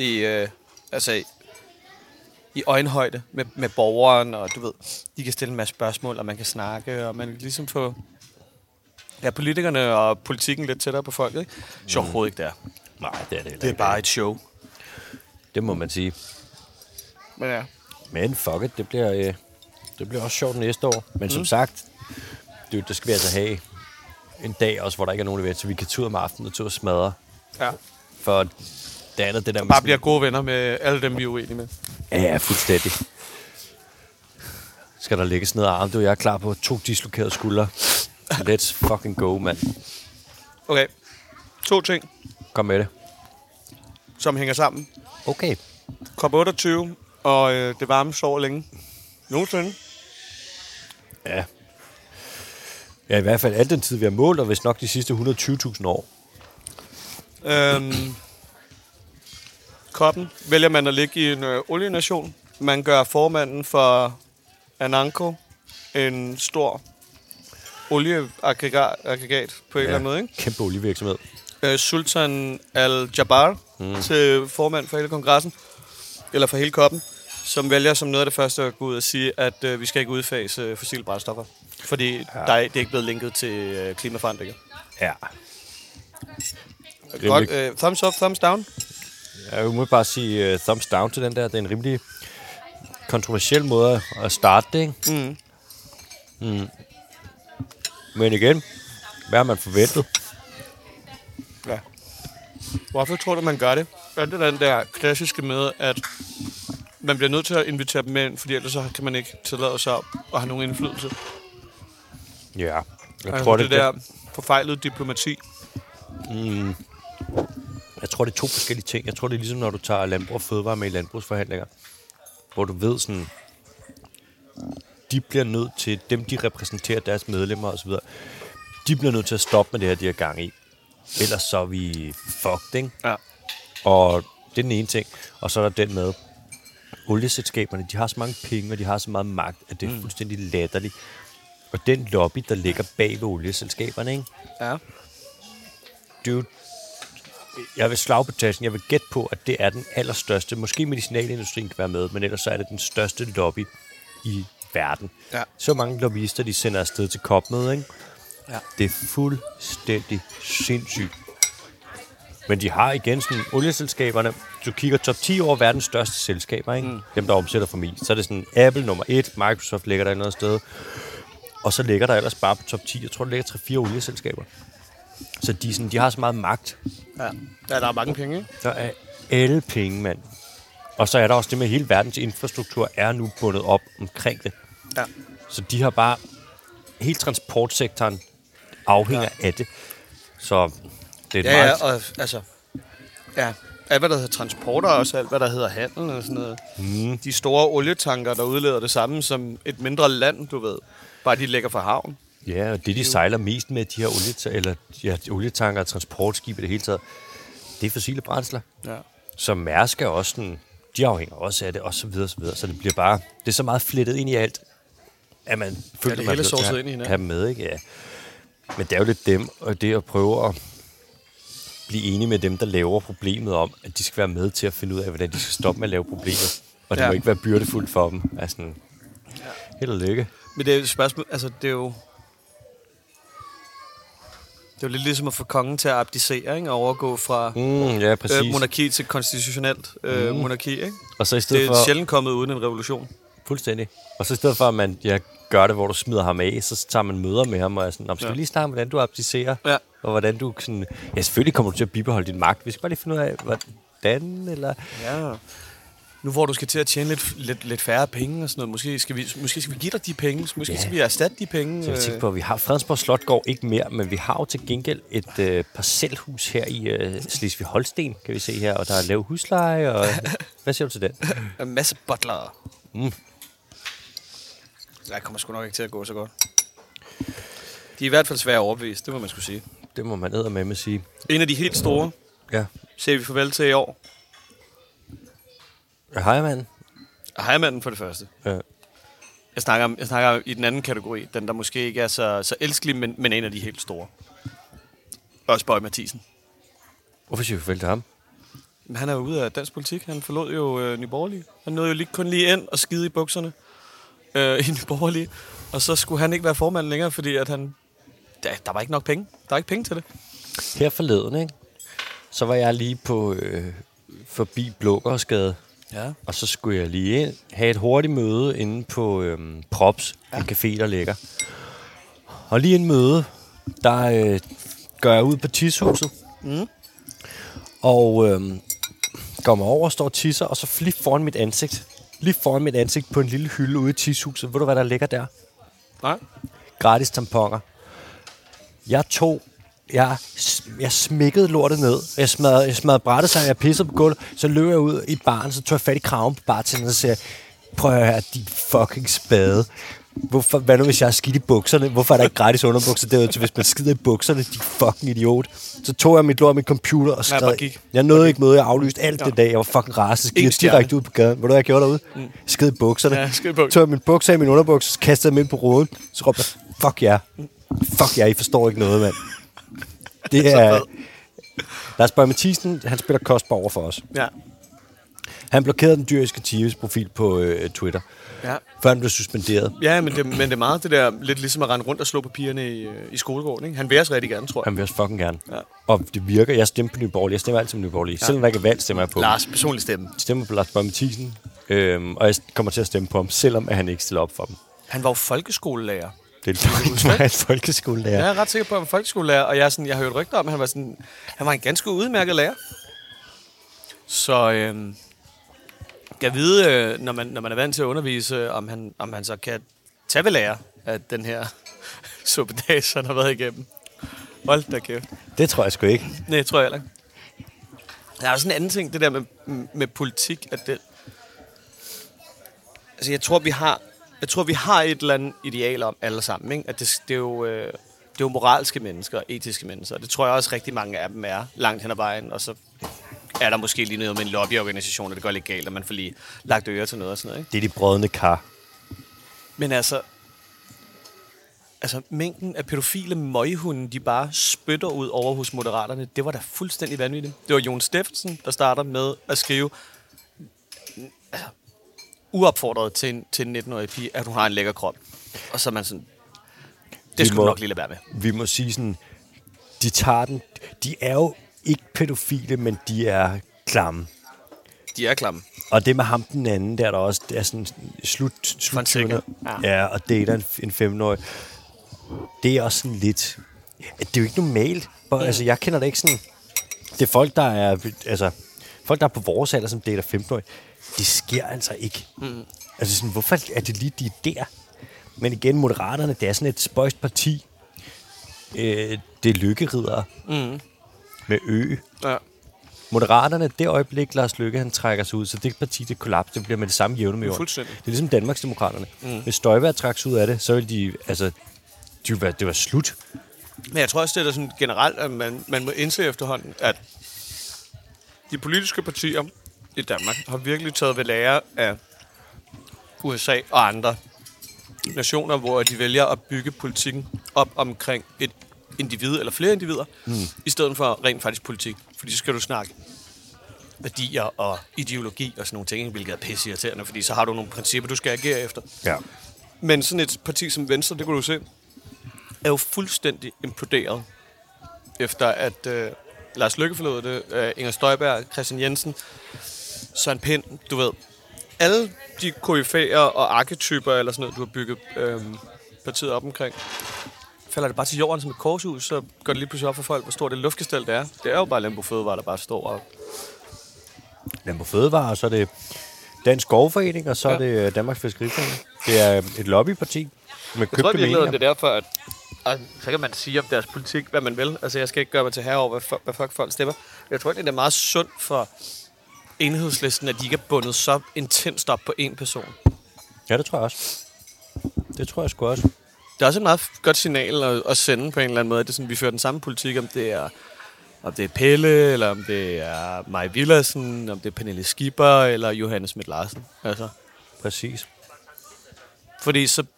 i øjenhøjde med borgeren, og du ved, de kan stille en masse spørgsmål, og man kan snakke, og man kan ligesom få politikerne og politikken lidt tættere på folket, ikke? Så overhovedet ikke der. Nej, det er det. Det er bare et show. Det må man sige. Men ja. Men fuck it, det bliver også sjovt næste år. Men som sagt, det skal vi altså have en dag også, hvor der ikke er nogen event, så vi kan tur om aftenen og tur og smadre. Ja. For det andet, det der... Bare bliver gode venner med alle dem, vi er uenige med. Ja, fuldstændig. Skal der lægges ned ad armen, du, jeg er klar på 2 dislokerede skuldre. Let's fucking go, mand. Okay. 2 ting, Kom med det. som hænger sammen. Okay. COP28 og det varme sover længe. Nogensinde. Ja. Ja, i hvert fald al den tid, vi har målt, og hvis nok de sidste 120.000 år. Koppen vælger man at ligge i en olienation. Man gør formanden for Ananco en stor olieaggregat på en eller anden måde, ikke? Kæmpe olievirksomhed. Sultan Al-Jabbar til formand for hele kongressen, eller for hele koppen, som vælger som noget af det første at gå ud og sige, at vi skal ikke udfase fossile brændstoffer. Fordi det er ikke blevet linket til klimaforandringer. Ja. Godt, thumbs up, thumbs down. Jeg må bare sige thumbs down til den der. Det er en rimelig kontroversiel måde at starte det, ikke? Men igen, hvad har man forventet? Ja. Hvorfor tror du, man gør det? Er det den der klassiske med, at man bliver nødt til at invitere dem ind, fordi ellers så kan man ikke tillade sig at have nogen indflydelse? Ja. Jeg tror, det der forfejlede diplomati. Jeg tror, det er 2 forskellige ting. Jeg tror, det er ligesom, når du tager landbrug og fødevare med i landbrugsforhandlinger, hvor du ved sådan, de bliver nødt til, dem de repræsenterer deres medlemmer osv., de bliver nødt til at stoppe med det her, de har gang i. Ellers så er vi fucked, ikke? Ja. Og det er den ene ting. Og så er der den med, olieselskaberne, de har så mange penge, og de har så meget magt, at det er fuldstændig latterligt. Og den lobby, der ligger bag ved olieselskaberne, ikke? Ja. Dude, jeg vil slag på tasken. Jeg vil gætte på, at det er den allerstørste. Måske medicinalindustrien kan være med, men ellers så er det den største lobby i verden. Ja. Så mange lobbyister, de sender afsted til COP-mødet, ikke? Ja. Det er fuldstændig sindssygt. Men de har igen sådan olieselskaberne. Du kigger top 10 over verdens største selskaber, ikke? Dem, der omsætter for mest. Så er det sådan Apple nummer 1, Microsoft ligger der et eller andet sted. Og så ligger der ellers bare på top 10. Jeg tror, der ligger 3-4 olieselskaber. Så de har så meget magt. Ja, der er mange penge, ikke? Der er alle penge, mand. Og så er der også det med, at hele verdens infrastruktur er nu bundet op omkring det. Ja. Så de har bare... Hele transportsektoren afhænger af det. Så det er Ja, meget... og altså... Ja, alt hvad der hedder transporter, og også alt hvad der hedder handel og sådan noget. De store olietanker, der udleder det samme som et mindre land, du ved. Bare de ligger for havn. Ja, og det de sejler mest med, de her olietanker og transportskib i det hele taget, det er fossile brændsler. Ja. Så Mærsk er også sådan, de afhænger også af det, og så videre, så videre. Så det bliver bare, det er så meget flettet ind i alt, at man føler, det man hele sovset bliver ind i hinanden. have dem med, ikke? Ja. Men det er jo lidt dem, og det at prøve at blive enige med dem, der laver problemet om, at de skal være med til at finde ud af, hvordan de skal stoppe med at lave problemet. Og det må ikke være byrdefuldt for dem. Altså, held og lykke. Men det er jo et spørgsmål, altså det er jo... Det er jo lidt ligesom at få kongen til at abdicere, ikke? Og overgå fra Ja, præcis. monarki til konstitutionelt monarki, ikke? Og så i stedet Det for... er sjældent kommet uden en revolution. Fuldstændig. Og så i stedet for, at man gør det, hvor du smider ham af, så tager man møder med ham og er sådan, skal vi lige snakke om, hvordan du abdicerer? Ja. Og hvordan du sådan... Ja, selvfølgelig kommer du til at bibeholde din magt. Vi skal bare lige finde ud af, hvordan, eller... Ja. Nu hvor du skal til at tjene lidt færre penge og sådan noget, måske skal vi give dig de penge, måske skal vi erstatte de penge. Så jeg tænker på, at vi har Fredensborg Slot går ikke mere, men vi har jo til gengæld et parcelhus her i Slesvig-Holsten, kan vi se her, og der er lav husleje, og hvad siger du til den? En masse butlere. Jeg kommer sgu nok ikke til at gå så godt. De er i hvert fald svære at overbevise, det må man skulle sige. Det må man eddermame sige. En af de helt store, ser vi farvel til i år. Hejmanden. Hejmanden for det første. Ja. Jeg snakker i den anden kategori, den der måske ikke er så elskelig, men en af de helt store. Også Boje Mathiesen. Hvorfor siger vi farvel til ham? Men han er jo ude af dansk politik. Han forlod jo Nye Borgerlige. Han nåede jo kun lige ind og skide i bukserne i Nye Borgerlige. Og så skulle han ikke være formand længere, fordi at der var ikke nok penge. Der var ikke penge til det. Her forleden, ikke? Så var jeg lige på forbi Blågårdsgade. Ja. Og så skulle jeg lige ind, have et hurtigt møde inde på Props, en café, der ligger. Og lige en møde, der gør jeg ud på tishuset. Og går mig over og står og tisser, og så lige foran mit ansigt på en lille hylde ude i tishuset. Ved du, hvad der ligger der? Nej. Gratis tamponer. Jeg smækkede lortet ned. Jeg smadrede brættet sig, jeg pissede på gulvet. Så løb jeg ud i baren, så tog jeg fat i kraven på bartenderen og sagde, prøv at høre, din fucking spade. Hvad nu, hvis jeg er skidt i bukserne? Hvorfor er der ikke gratis underbukser derude til, hvis man skider i bukserne, din fucking idiot? Så tog jeg mit lort af min computer og skrev. Jeg nåede ikke møde, jeg aflyste alt det dag. Jeg var fucking rasende. Så gik jeg direkte ud på gaden. Ved du, hvad jeg gjorde derude? Skid i bukserne. Ja, tog jeg min bukser af min underbukser, så kastede jeg dem ind på roden. Så råbte jeg, fuck jer. Fuck jer, I forstår ikke noget, mand. Det er... Lars Boje Mathiesen, han spiller kostbar over for os. Ja. Han blokerede den dyriske Tives profil på Twitter. Ja. Før han blev suspenderet. Ja, men det er meget det der, lidt ligesom at rende rundt og slå papirerne i skolegården, ikke? Han vil også rigtig gerne, tror jeg. Han vil også fucking gerne. Ja. Og det virker. Jeg stemmer på Nye Borgerlige. Jeg stemmer altid på Nye Borgerlige. Ja. Selvom der ikke er valgt, stemmer jeg på Lars, personlig stemme. Stemmer på Lars Boje Mathiesen. Og jeg kommer til at stemme på ham, selvom at han ikke stiller op for dem. Han var jo folkeskolelærer. Det er en folkeskolelærer. Ja, jeg er ret sikker på, at han var folkeskolelærer, og jeg har hørt rygter om, at han var en ganske udmærket lærer. Så kan vide, når man er vant til at undervise, om han så kan tage ved lære af den her suppedags, han har været igennem. Hold da kæft. Det tror jeg sgu ikke. Nej, det tror jeg heller ikke. Der er også en anden ting, det der med politik, at det... Altså, jeg tror, vi har et eller andet ideal om alle sammen, ikke? At det er jo moralske mennesker, etiske mennesker. Det tror jeg også rigtig mange af dem er langt hen ad vejen, og så er der måske lige noget med en lobbyorganisation, og det går lidt galt, og man får lige lagt øre til noget og sådan noget, ikke? Det er de brødne kar. Men altså mængden af pædofile møghunde, de bare spytter ud over hos Moderaterne, det var da fuldstændig vanvittigt. Det var Jon Steffensen, der starter med at skrive uopfordret til en 19-årig pige, at hun har en lækker krop. Og så er man sådan, det skulle nok lige lade være med. Vi må sige sådan, de tager den, de er jo ikke pædofile, men de er klamme. De er klamme. Og det med ham den anden, der også, det er sådan slut ja, og dater en 15-årig. Det er også sådan lidt, det er jo ikke normalt. Altså, jeg kender det ikke sådan, det er folk, der er på vores alder, som dater 15-årige. Det sker altså ikke. Altså sådan, hvorfor er det lige de der? Men igen, Moderaterne, det er sådan et spøjst parti. Det er lykkeriddere. Med ø. Ja. Moderaterne, det øjeblik, Lars Løkke, han trækker sig ud, så det parti, det kollaps, det bliver med det samme jævne med jorden. Det er ligesom Danmarksdemokraterne. Hvis Støjberg trækker sig ud af det, så vil det var slut. Men jeg tror også, det er sådan generelt, at man må indse efterhånden, at de politiske partier i Danmark har virkelig taget ved lære af USA og andre nationer, hvor de vælger at bygge politikken op omkring et individ eller flere individer, i stedet for rent faktisk politik. Fordi så skal du snakke værdier og ideologi og sådan nogle ting, hvilket er pisseirriterende, fordi så har du nogle principper, du skal agere efter. Ja. Men sådan et parti som Venstre, det kunne du se, er jo fuldstændig imploderet, efter at Lars Løkke forlod det, Inger Støjberg, Christian Jensen, Søren Pind, du ved, alle de koryfæer og arketyper eller sådan noget, du har bygget partiet op omkring, falder det bare til jorden som et korshus, så går det lige pludselig op for folk, hvor stort det luftgestel det er. Det er jo bare Landbrug Fødevare, der bare står op. Landbrug Fødevare, og så er det Dansk Skovforening, og så er det Danmarks Fiskeriforening. Det er et lobbyparti med købte meninger. Det er derfor, at så kan man sige om deres politik, hvad man vil. Altså, jeg skal ikke gøre mig til herre over, hvad folk stemmer. Jeg tror, det er meget sundt for Enhedslisten, at de ikke er bundet så intenst op på én person. Ja, det tror jeg også. Det tror jeg sgu også. Det er også et meget godt signal at sende på en eller anden måde, at det er sådan, vi fører den samme politik, om det er Pelle, eller om det er Maja Villadsen, om det er Pernille Skipper, eller Johannes Schmidt Larsen. Altså. Præcis. Fordi så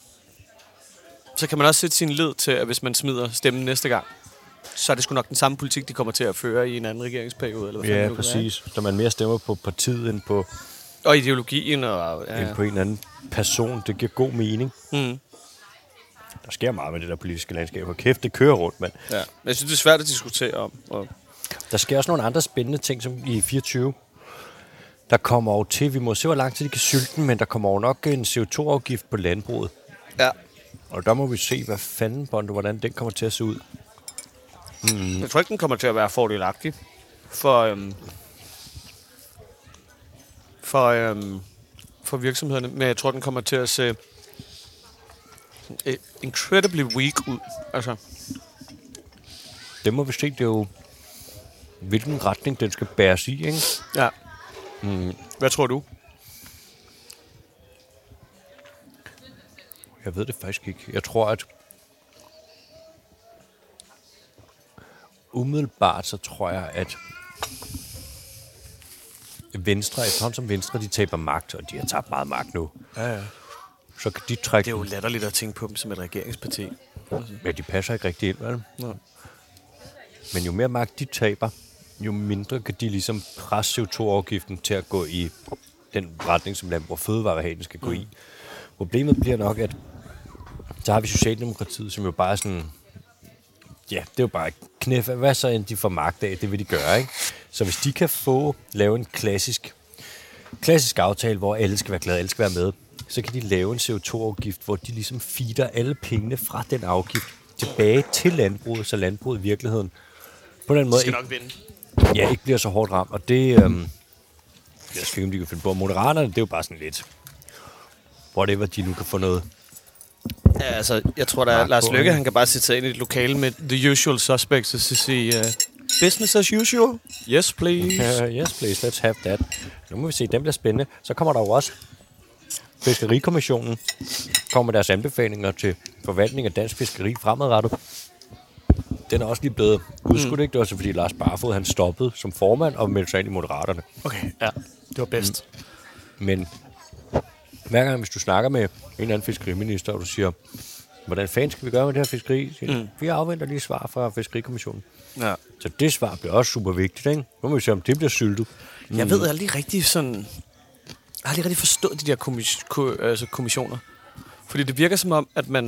kan man også sætte sin lid til, at hvis man smider stemmen næste gang, så er det sgu nok den samme politik, de kommer til at føre i en anden regeringsperiode. Eller hvad ja, præcis. Så man mere stemmer på partiet end på... Og ideologien og... Ja. End på en anden person. Det giver god mening. Der sker meget med det der politiske landskab. Og kæft, det kører rundt, mand. Ja, jeg synes, det er svært at diskutere om. Og... Der sker også nogle andre spændende ting, som i 24. Der kommer over til, vi må se, hvor lang tid de kan sylte, men der kommer over nok en CO2-afgift på landbruget. Ja. Og der må vi se, hvad fanden, Bondo, hvordan den kommer til at se ud. Jeg tror ikke, den kommer til at være fordelagtig for virksomhederne, men jeg tror, den kommer til at se incredibly weak ud. Altså. Det må vi se, det er jo, hvilken retning den skal bæres i, ikke? Ja. Hvad tror du? Jeg ved det faktisk ikke. Jeg tror, at umiddelbart, så tror jeg, at Venstre, efterhånden som Venstre, de taber magt, og de har tabt meget magt nu. Ja. Så kan de trække... Det er jo latterligt at tænke på dem som et regeringsparti. Men de passer ikke rigtig ind, vel? Ja. Men jo mere magt de taber, jo mindre kan de ligesom presse CO2-afgiften til at gå i den retning, som Landbrug og Fødevarehagen skal gå i. Problemet bliver nok, at så har vi Socialdemokratiet, som jo bare er sådan... Ja, det er jo bare knæf. Hvad så end de får magt af? Det vil de gøre, ikke? Så hvis de kan lave en klassisk aftale, hvor alle skal være glade, alle skal være med, så kan de lave en CO2-afgift, hvor de ligesom feeder alle pengene fra den afgift tilbage til landbruget, så landbruget i virkeligheden på den måde skal nok vinde. Ja, ikke bliver så hårdt ramt. Og det, jeg skal ikke, om de kan finde på. Moderaterne, det er jo bare sådan lidt, whatever de nu kan få noget. Ja, altså, jeg tror, at Lars Løkke, han kan bare sætte sig ind i et lokale med the usual suspects og så sige, business as usual? Yes, please. Yes, please, let's have that. Nu må vi se, den bliver spændende. Så kommer der jo også Fiskerikommissionen, kommer deres anbefalinger til forvaltning af dansk fiskeri fremadrettet. Den er også lige blevet udskudt, ikke? Det var så fordi Lars Barfod, han stoppede som formand og meldte sig ind i Moderaterne. Okay, ja, det var bedst. Men hver gang, hvis du snakker med en eller anden fiskeriminister, og du siger, hvordan fanden skal vi gøre med det her fiskeri? Vi afventer lige svar fra Fiskerikommissionen. Ja. Så det svar bliver også super vigtigt, ikke? Nu må vi se, om det bliver syltet. Jeg ved aldrig rigtig sådan... Jeg har aldrig rigtig forstået de der kommissioner. Fordi det virker som om, at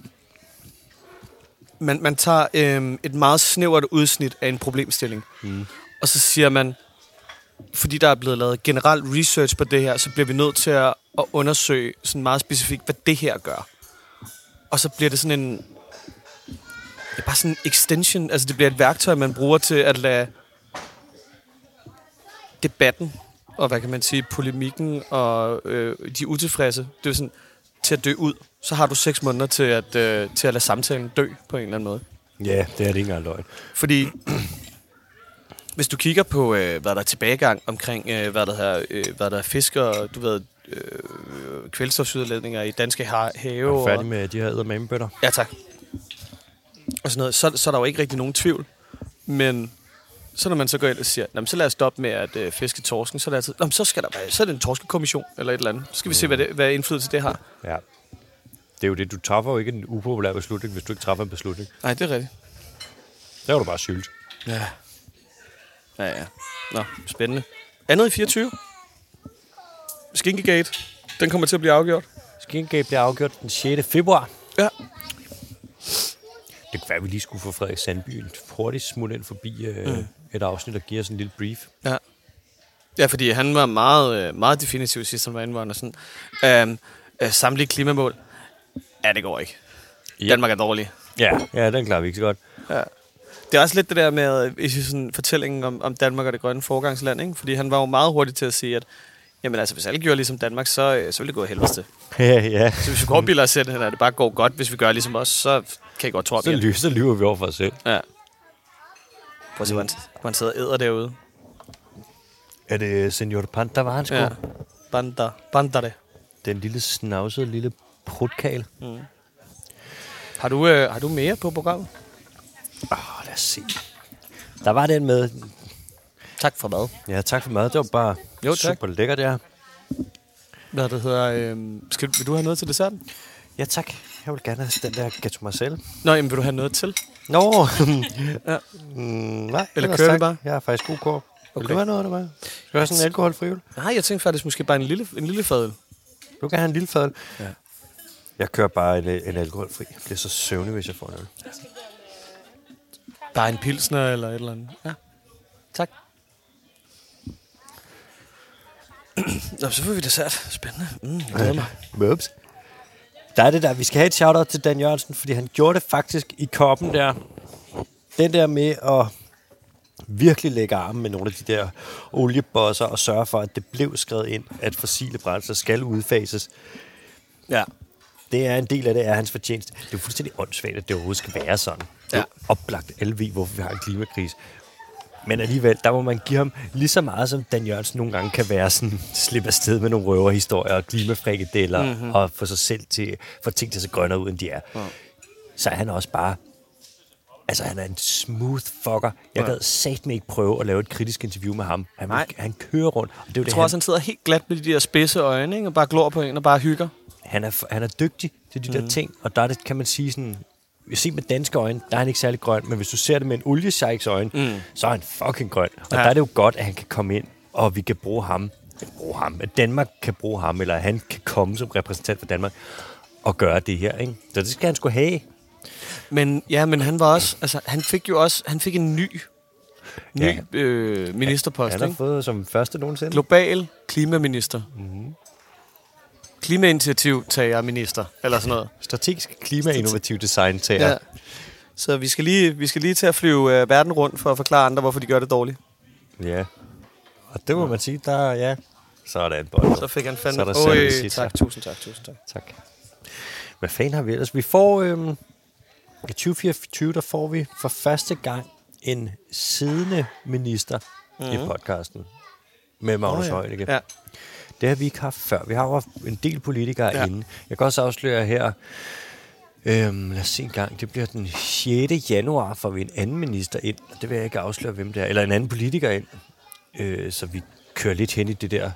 man tager et meget snævert udsnit af en problemstilling. Og så siger man, fordi der er blevet lavet generel research på det her, så bliver vi nødt til at undersøge sådan meget specifikt, hvad det her gør. Og så bliver det sådan en... Det er bare sådan en extension. Altså det bliver et værktøj, man bruger til at lade debatten og hvad kan man sige, polemikken og de utilfredse, det er sådan, til at dø ud. Så har du 6 måneder til at lade samtalen dø på en eller anden måde. Ja, det er det ikke engang løgn. Fordi hvis du kigger på, hvad der er tilbagegang omkring, hvad der er fisk og, du ved, kvælstofsudledninger i danske have. Er færdig med de her eddermamebøtter? Ja, tak. Og sådan noget, så er der jo ikke rigtig nogen tvivl. Men så når man så går ind og siger, så lad os stoppe med at fiske torsken, så er det altid, så er det en torskekommission eller et eller andet. Så skal vi se, hvad indflydelse det har. Ja. Det er jo det, du træffer jo ikke en upopulær beslutning, hvis du ikke træffer en beslutning. Nej, det er rigtigt. Der var du bare sylt. Ja. Ja. Nå, spændende. Andet i 24. Skinkegate. Den kommer til at blive afgjort. Skinkegate bliver afgjort den 6. februar. Ja. Det kunne være, at vi lige skulle få Frederik Sandby hurtigt smut ind forbi et afsnit og give os en lille brief. Ja. Ja, fordi han var meget, meget definitiv sidst, han var indvandrer. Sådan. Samtlige klimamål. Ja, det går ikke. Yep. Danmark er dårlig. Ja, den klarer vi ikke så godt. Ja. Det er også lidt det der med sådan fortællingen om Danmark og det grønne foregangsland, ikke? Fordi han var jo meget hurtig til at sige, at jamen altså, hvis alle gjorde ligesom Danmark, så ville det gå helvedes til. Ja. Så hvis vi går biler og sætter at det bare går godt, hvis vi gør ligesom os, så kan I godt tro, så lyver vi over for os selv. Ja. Prøv at se, hvor han sidder og æder derude. Er det Senor Panda, var han sgu? Ja. Banda det. Den lille snavsede lille prutkal. Har du mere på programmet? Lad os se. Der var den med... Tak for mad. Ja, tak for mad. Det var bare super lækkert, ja. Hvad det hedder... vil du have noget til desserten? Ja, tak. Jeg vil gerne have den der Gâteau Marcel. Nå, jamen vil du have noget til? Nå! Ja. Nej, eller kører vi bare? Jeg er faktisk god kår. Vil du have noget, eller hvad? Skal du have sådan en alkoholfri øl? Nej, jeg tænkte faktisk måske bare en lille fadøl. Du kan have en lille fadøl? Ja. Jeg kører bare en alkoholfri. Jeg bliver så søvnig, hvis jeg får en øl. Bare en pilsner eller et eller andet. Ja. Tak. Nå, så får vi dessert. Spændende. Jeg glæder mig. Møbs. Der er det der, vi skal have et shout-out til Dan Jørgensen, fordi han gjorde det faktisk i koppen der. Den der med at virkelig lægge armen med nogle af de der oliebosser og sørge for, at det blev skrevet ind, at fossile brændsler skal udfases. Ja. Det er en del af det, er hans fortjeneste. Det er jo fuldstændig åndssvagt, at det overhovedet skal være sådan. Det er oplagt alle ved, hvorfor vi har en klimakrise. Men alligevel, der må man give ham lige så meget, som Dan Jørgensen nogle gange kan være sådan, slippe afsted med nogle røverhistorier og klimafrikadeller og få sig selv til, få ting til at se grønnere ud, end de er. Så er han også bare, altså han er en smooth fucker. Jeg gad satme ikke prøve at lave et kritisk interview med ham. Han kører rundt. Og det er jeg tror også, han sidder helt glat med de der spidse øjne, ikke? Og bare glor på en og bare hygger. Han er dygtig til de der ting, og der er det, kan man sige sådan, hvis set med danske øjne, der er han ikke særlig grøn, men hvis du ser det med en oliesheiks øjne, så er han fucking grøn. Og der er det jo godt, at han kan komme ind, og vi kan bruge ham, at Danmark kan bruge ham, eller han kan komme som repræsentant for Danmark og gøre det her, ikke? Så det skal han sgu have. Men han var også, altså han fik en ny ministerpost, han har fået som første nogensinde. Global klimaminister. Klimainitiativtagerminister, eller sådan noget. Strategisk klimainnovativ design-tager. Ja. Så vi skal lige til at flyve verden rundt for at forklare andre, hvorfor de gør det dårligt. Ja. Og det må man sige, der så er der en bold. Så fik han fandme. Tak. Tusind tak. Tak. Hvad fanden har vi ellers? Vi får i 2024, der får vi for første gang en siddende minister i podcasten med Magnus Heunicke. Ja. Det har vi ikke haft før. Vi har jo en del politikere inde. Jeg kan også afsløre her, lad os se en gang, det bliver den 6. januar, får vi en anden minister ind. Det vil jeg ikke afsløre, hvem det er. Eller en anden politiker ind. Så vi kører lidt hen i det der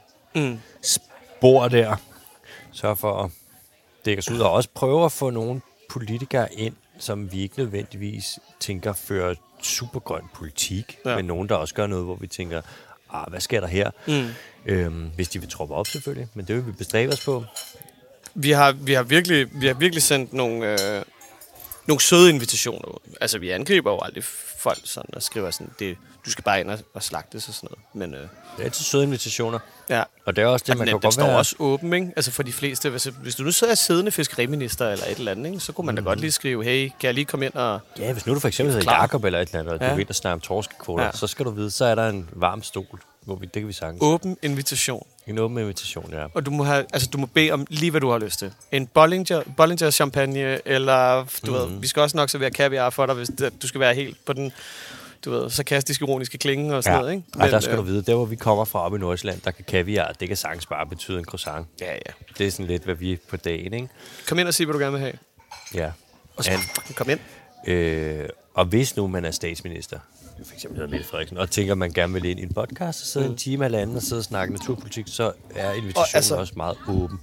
spor der. Sørg for at dække os ud. Og også prøve at få nogle politikere ind, som vi ikke nødvendigvis tænker fører supergrøn politik. Men nogen, der også gør noget, hvor vi tænker, hvad sker der her? Hvis de vil troppe op selvfølgelig, men det vil vi bestræbe os på. Vi har virkelig sendt nogle søde invitationer ud. Altså vi angriber jo aldrig folk sådan og skriver sådan, du skal bare ind og slagtes og sådan noget. Men det er altid søde invitationer. Ja. Og det er også det, man kan godt være. Det står også åben, ikke? Altså for de fleste. Hvis du nu sidder siddende fiskeriminister eller et eller andet, ikke? Så kunne man da godt lige skrive, hey, kan jeg lige komme ind og... Ja, hvis nu du for eksempel hedder Jakob eller et eller andet, og du vil ind og snakke om torskekvoter, så skal du vide, så er der en varm stol, det kan vi sagtens. Åben invitation. En åben invitation, ja. Og du må bede om lige, hvad du har lyst til. En Bollinger champagne, eller du ved, vi skal også nok servere kaviar for dig, hvis du skal være helt på den... Du ved, sarkastisk ironiske klinge og sådan noget, ikke? Men, der skal du vide, der hvor vi kommer fra op i Nordsjælland, der kan kaviar, det kan sagtens bare betyde en croissant. Ja. Det er sådan lidt, hvad vi er på dagen, ikke? Kom ind og sig, hvad du gerne vil have. Ja. Og så kom ind. Og hvis nu man er statsminister, for eksempel hedder Mette Frederiksen, og tænker, man gerne vil ind i en podcast, og sidde en time eller anden og sidde og snakke naturpolitik, så er invitationen også meget åben.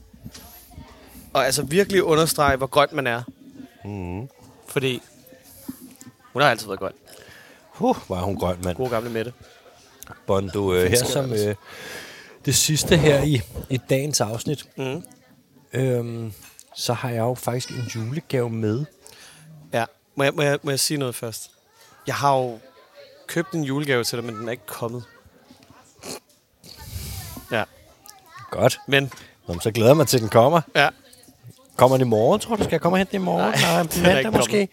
Og altså virkelig understrege, hvor grønt man er. Fordi hun har altid været grøn. Var hun grøn, mand. God gamle Mette. Bondo, her som det sidste her i dagens afsnit, så har jeg jo faktisk en julegave med. Ja, må jeg sige noget først? Jeg har jo købt en julegave til dig, men den er ikke kommet. Ja. Godt. Men så glæder jeg mig til, at den kommer. Ja. Kommer den i morgen, tror du? Skal jeg komme og hente den i morgen? Nej, på mandag måske.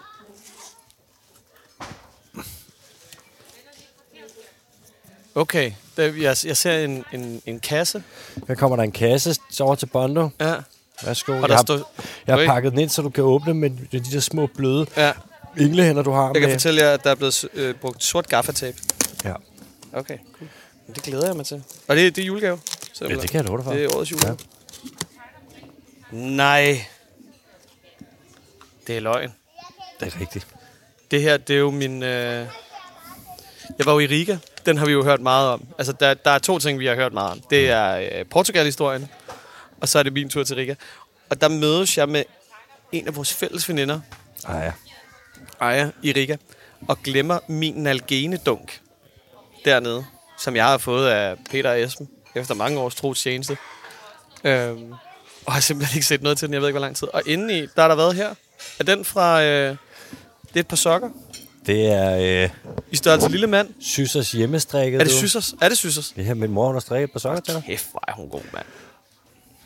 Okay, jeg ser en kasse. Her kommer der en kasse over til Bondo. Ja. Værsgo. Jeg har pakket den ind, så du kan åbne med de der små bløde englehænder, du har. Jeg kan fortælle jer, at der er blevet brugt sort gaffatape. Ja. Okay, cool. Det glæder jeg mig til. Og det er julegave? Ja, det kan jeg love dig for. Det er årets julegave. Ja. Nej. Det er løgn. Det er rigtigt. Det her, det er jo min... Jeg var jo i Riga. Den har vi jo hørt meget om. Altså, der er 2 ting, vi har hørt meget om. Det er Portugal-historien, og så er det min tur til Riga. Og der mødes jeg med en af vores fælles veninder. Aya i Riga. Og glemmer min Nalgene-dunk dernede, som jeg har fået af Peter og Esben efter mange års tro tjeneste. Og har simpelthen ikke set noget til den, jeg ved ikke, hvor lang tid. Og indeni, der har der været her. Er den fra... det er et par sokker. Det er... I størrelse lille mand. Sysers hjemmestrikket. Er det Sysers? Er det Sysers? Det her, min mor har strikket et par sokker til dig. Kæft, hvor er hun god, mand.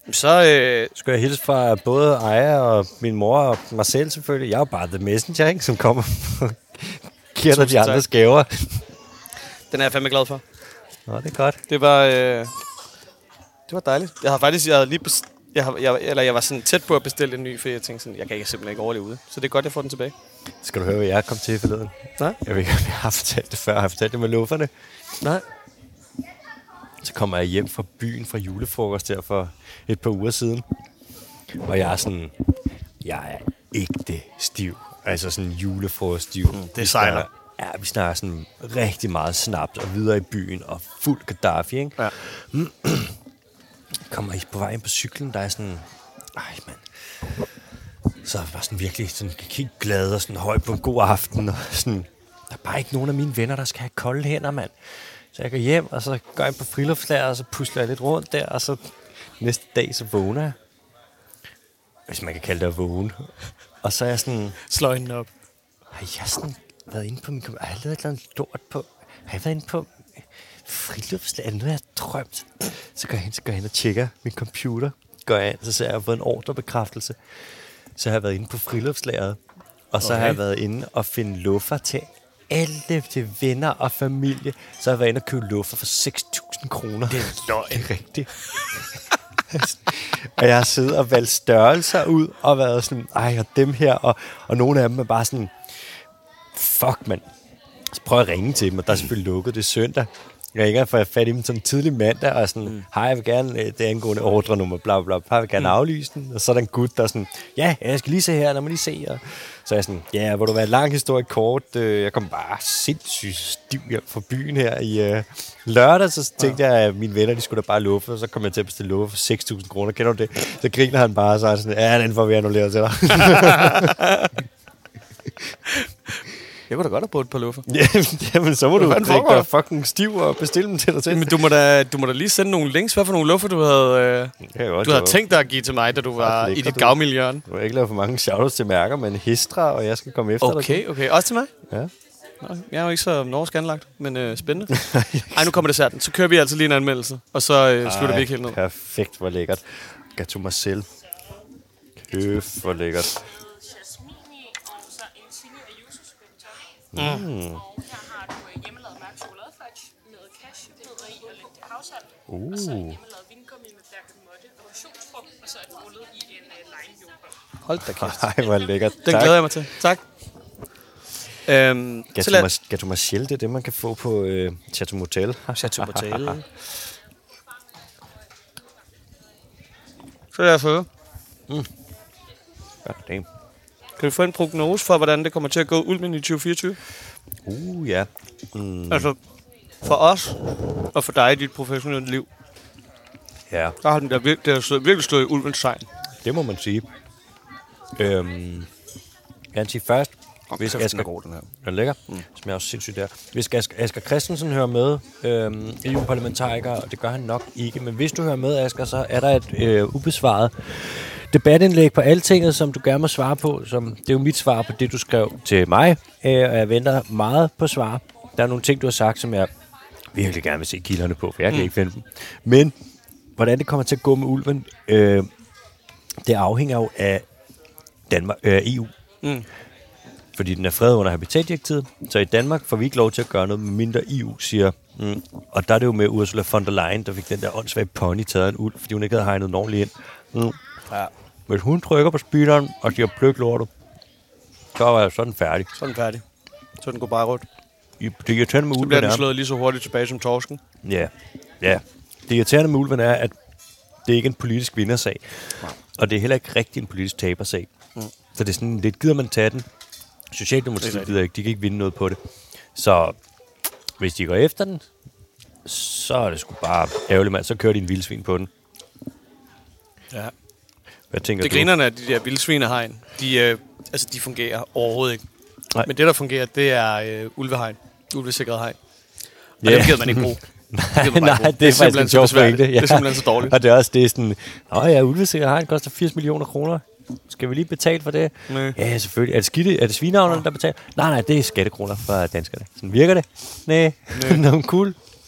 Så skal jeg hilse fra både Aya og min mor og mig selv selvfølgelig. Jeg er jo bare the messenger, ikke, som kommer og giver dig de andres gaver. Den er jeg fandme glad for. Nå, det er godt. Det var dejligt. Jeg var sådan tæt på at bestille en ny, for jeg tænkte sådan, jeg kan simpelthen ikke overleve ude. Så det er godt, jeg får den tilbage. Skal du høre, hvad jeg kom til forleden? Nej. Jeg ved ikke, om jeg har fortalt det før. Jeg har fortalt det med lufferne. Nej. Så kommer jeg hjem fra byen fra julefrokost der for et par uger siden. Og jeg er ægte stiv. Altså sådan julefrokoststiv. Det sejler. Ja, vi snakker sådan rigtig meget snaps og videre i byen og fuld Gaddafi, ikke? Ja. Kommer I på vej ind på cyklen, der er sådan... Ej, mand. Så jeg var sådan virkelig sådan helt glad og sådan høj på en god aften. Og sådan, der er bare ikke nogen af mine venner, der skal have kolde hænder, mand. Så jeg går hjem, og så går jeg ind på friluftslejr, og så pusler jeg lidt rundt der, og så næste dag, så vågner jeg. Hvis man kan kalde det at vågne. Og så er jeg sådan... Slå hende op. Har jeg sådan været inde på min... Har jeg lavet et eller andet lort på... Har jeg været inde på friluftslejr? Er det noget, jeg har drømt? Så går jeg hen og tjekker min computer. Går jeg ind, så ser jeg, at jeg har fået en ordrebekræftelse. Så har jeg været inde på friluftslejret. Og så har jeg været inde og finde luffer til alle til venner og familie. Så har jeg været inde og købe luffer for 6.000 kroner. Det er løgn. Rigtigt. Og jeg har siddet og valgt størrelser ud og været sådan, ej, og dem her, og nogle af dem er bare sådan, fuck, mand. Så prøver jeg at ringe til dem, og der er selvfølgelig lukket, det er søndag. Jeg ringer, for jeg fat i dem sådan tidlig mandag, og sådan, hej, jeg vil gerne det angående ordrenummer, bla bla bla, jeg vil gerne aflyse den. Og så er der en gut, der er sådan, ja, jeg skal lige se her, lad mig lige se. Og så er jeg sådan, ja, hvor du være lang historie kort, jeg kom bare sindssygt stiv hjem fra byen her i lørdag, så tænkte jeg, at mine venner, de skulle da bare luffe, og så kom jeg til at bestille luffe for 6.000 kroner, kender du det? Så griner han bare, og så er sådan, ja, den får vi annulleret til dig. Jeg kunne da godt have brugt et par luffer. Jamen, så må du drikke dig fucking stiv og bestille dem til dig til. Men du må da lige sende nogle links. Hvad for nogle luffer, du havde tænkt dig at give til mig, da du var i dit gavmildhjørne? Du har ikke lavet for mange shoutouts til mærker, men Histra, og jeg skal komme efter dig. Okay. Også til mig? Ja. Jeg er jo ikke så norsk anlagt, men spændende. Ej, nu kommer desserten. Så kører vi altså lige en anmeldelse, og så slutter vi ikke helt ned. Perfekt, hvor lækkert. Gato Marcel. Køf, hvor lækkert. Og her har du hjemmelavet mørk chokoladefudge med cashewnødder i og lidt havsalt. Og så en hjemmelavet vingummi med bergamotte og passionsfrugt, og så et rullet i en lime yoghurt. Hold da kæft. Ej, hvor lækkert. Den glæder jeg mig til. Tak. Gato Marcel, det er det, man kan få på Chateau Motel. Chateau Motel. Så er jeg fået. Damn. Kan vi få en prognose for, hvordan det kommer til at gå Ulven i 2024? Ja. Altså, for os og for dig i dit professionelle liv, Ja. der har den der virkelig stået i Ulvens tegn. Det må man sige. Jeg kan sige først, hvis Asger god, den her. er lækker, som jeg også sindssygt der. Hvis Asger Christensen hører med, EU-parlamentariker, og det gør han nok ikke, men hvis du hører med, Asger, så er der et ubesvaret debatindlæg på Altinget, som du gerne må svare på. Det er jo mit svar på det, du skrev til mig, og jeg venter meget på svar. Der er nogle ting, du har sagt, som jeg virkelig gerne vil se kilderne på, for jeg kan ikke finde dem. Men hvordan det kommer til at gå med ulven, det afhænger jo af EU. Fordi den er fredet under habitatdirektivet, så i Danmark får vi ikke lov til at gøre noget, med mindre EU siger. Og der er det jo med Ursula von der Leyen, der fik den der åndssvage pony taget af en ulv, fordi hun ikke havde hegnet den ordentligt ind. Ja. Men hun trykker på speederen og siger pløk lortet, så er den færdig. Så er den færdig. Så den går bare rundt. Det irriterende med så ulven bliver den slået lige så hurtigt tilbage som torsken. Ja. Det irriterende med ulven er, at det ikke er en politisk vindersag. Og det er heller ikke rigtig en politisk tabersag. Så det er sådan lidt, gider man tage den? Socialdemokratiet gider ikke, de kan ikke vinde noget på det. Så hvis de går efter den, så er det sgu bare ærgerligt, mand. Så kører de en vildsvin på den. Ja. Hvad tænker det du? grinerne af de der vildsvinehegn, de fungerer overhovedet ikke. Nej. Men det, der fungerer, det er ulvehegn. Ulvesikret hegn. Og det gider man ikke bruge. Nej, det er faktisk en sjov pointe. Det er simpelthen så dårligt. Og det er også det sådan, ulvesikret hegn koster 80 millioner kroner. Skal vi lige betale for det? Nej. Ja, selvfølgelig. Er det svineavnerne, der betaler? Nej, det er skattekroner fra danskerne. Sådan virker det. Nej. Nå, cool.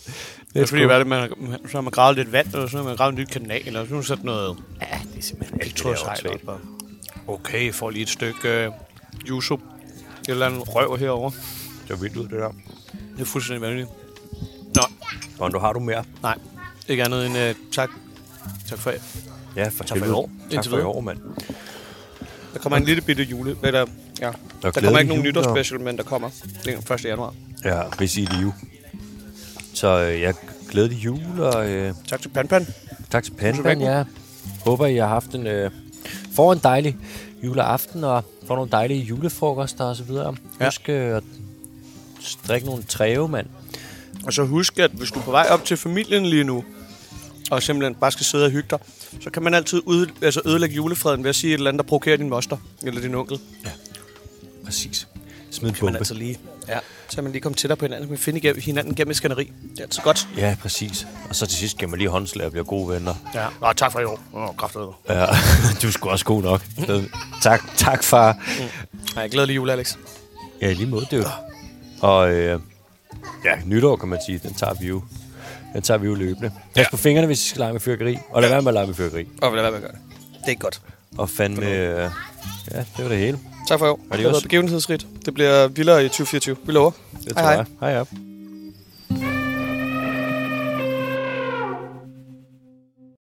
Det er fordi, hvad er det, så har man gravet lidt vand, eller så har man gravet en ny kanal, eller så har man sat noget... Ja, det er simpelthen ikke det op. Okay, jeg får lige et stykke yuzu. Et eller andet røv herovre. Det er vildt ud, det der. Det er fuldstændig vanvittigt. Nå. Bondo, har du mere? Nej, ikke andet end tak. Tak for Ja, for tak for i år. Tak for i år, mand. Der kommer en lille bitte der kommer ikke nogen nytårsspecial, men der kommer den 1. januar. Ja, hvis I live. Så jeg glædelig jul, og... tak til Pan. Tak til Pan, ja. Håber, I har haft får en dejlig juleaften, og får nogle dejlige julefrokoster og så videre. Ja. Husk at drikke nogle træve, mand. Og så husk, at hvis du er på vej op til familien lige nu, og simpelthen bare skal sidde og hygge dig, så kan man altid ødelægge julefreden ved at sige et eller andet, der provokerer din moster eller din onkel. Ja, præcis. Smid en bombe. Man altså lige, så kan man lige komme tættere på hinanden, så man finder hinanden gennem et skænderi. Det er altid godt. Ja, præcis. Og så til sidst kan man lige håndslag og blive gode venner. Ja. Nå, tak for i år. Kraftedet. Ja, du er sgu også god nok. tak far. Ja, jeg glæder lige jul, Alex. Ja, lige måde, det er jo. Og nytår, kan man sige, den tager vi jo løbende. Pas på fingrene, hvis I skal lege med fyrkeri. Og lad være med at lege med fyrkeri. Og lad være med at gøre det. Det er ikke godt. Og fandme... det var det hele. Tak for i år. Det har været begivenhedsrigt. Det bliver vildere i 2024. Vi lover. Det tror jeg. Hej.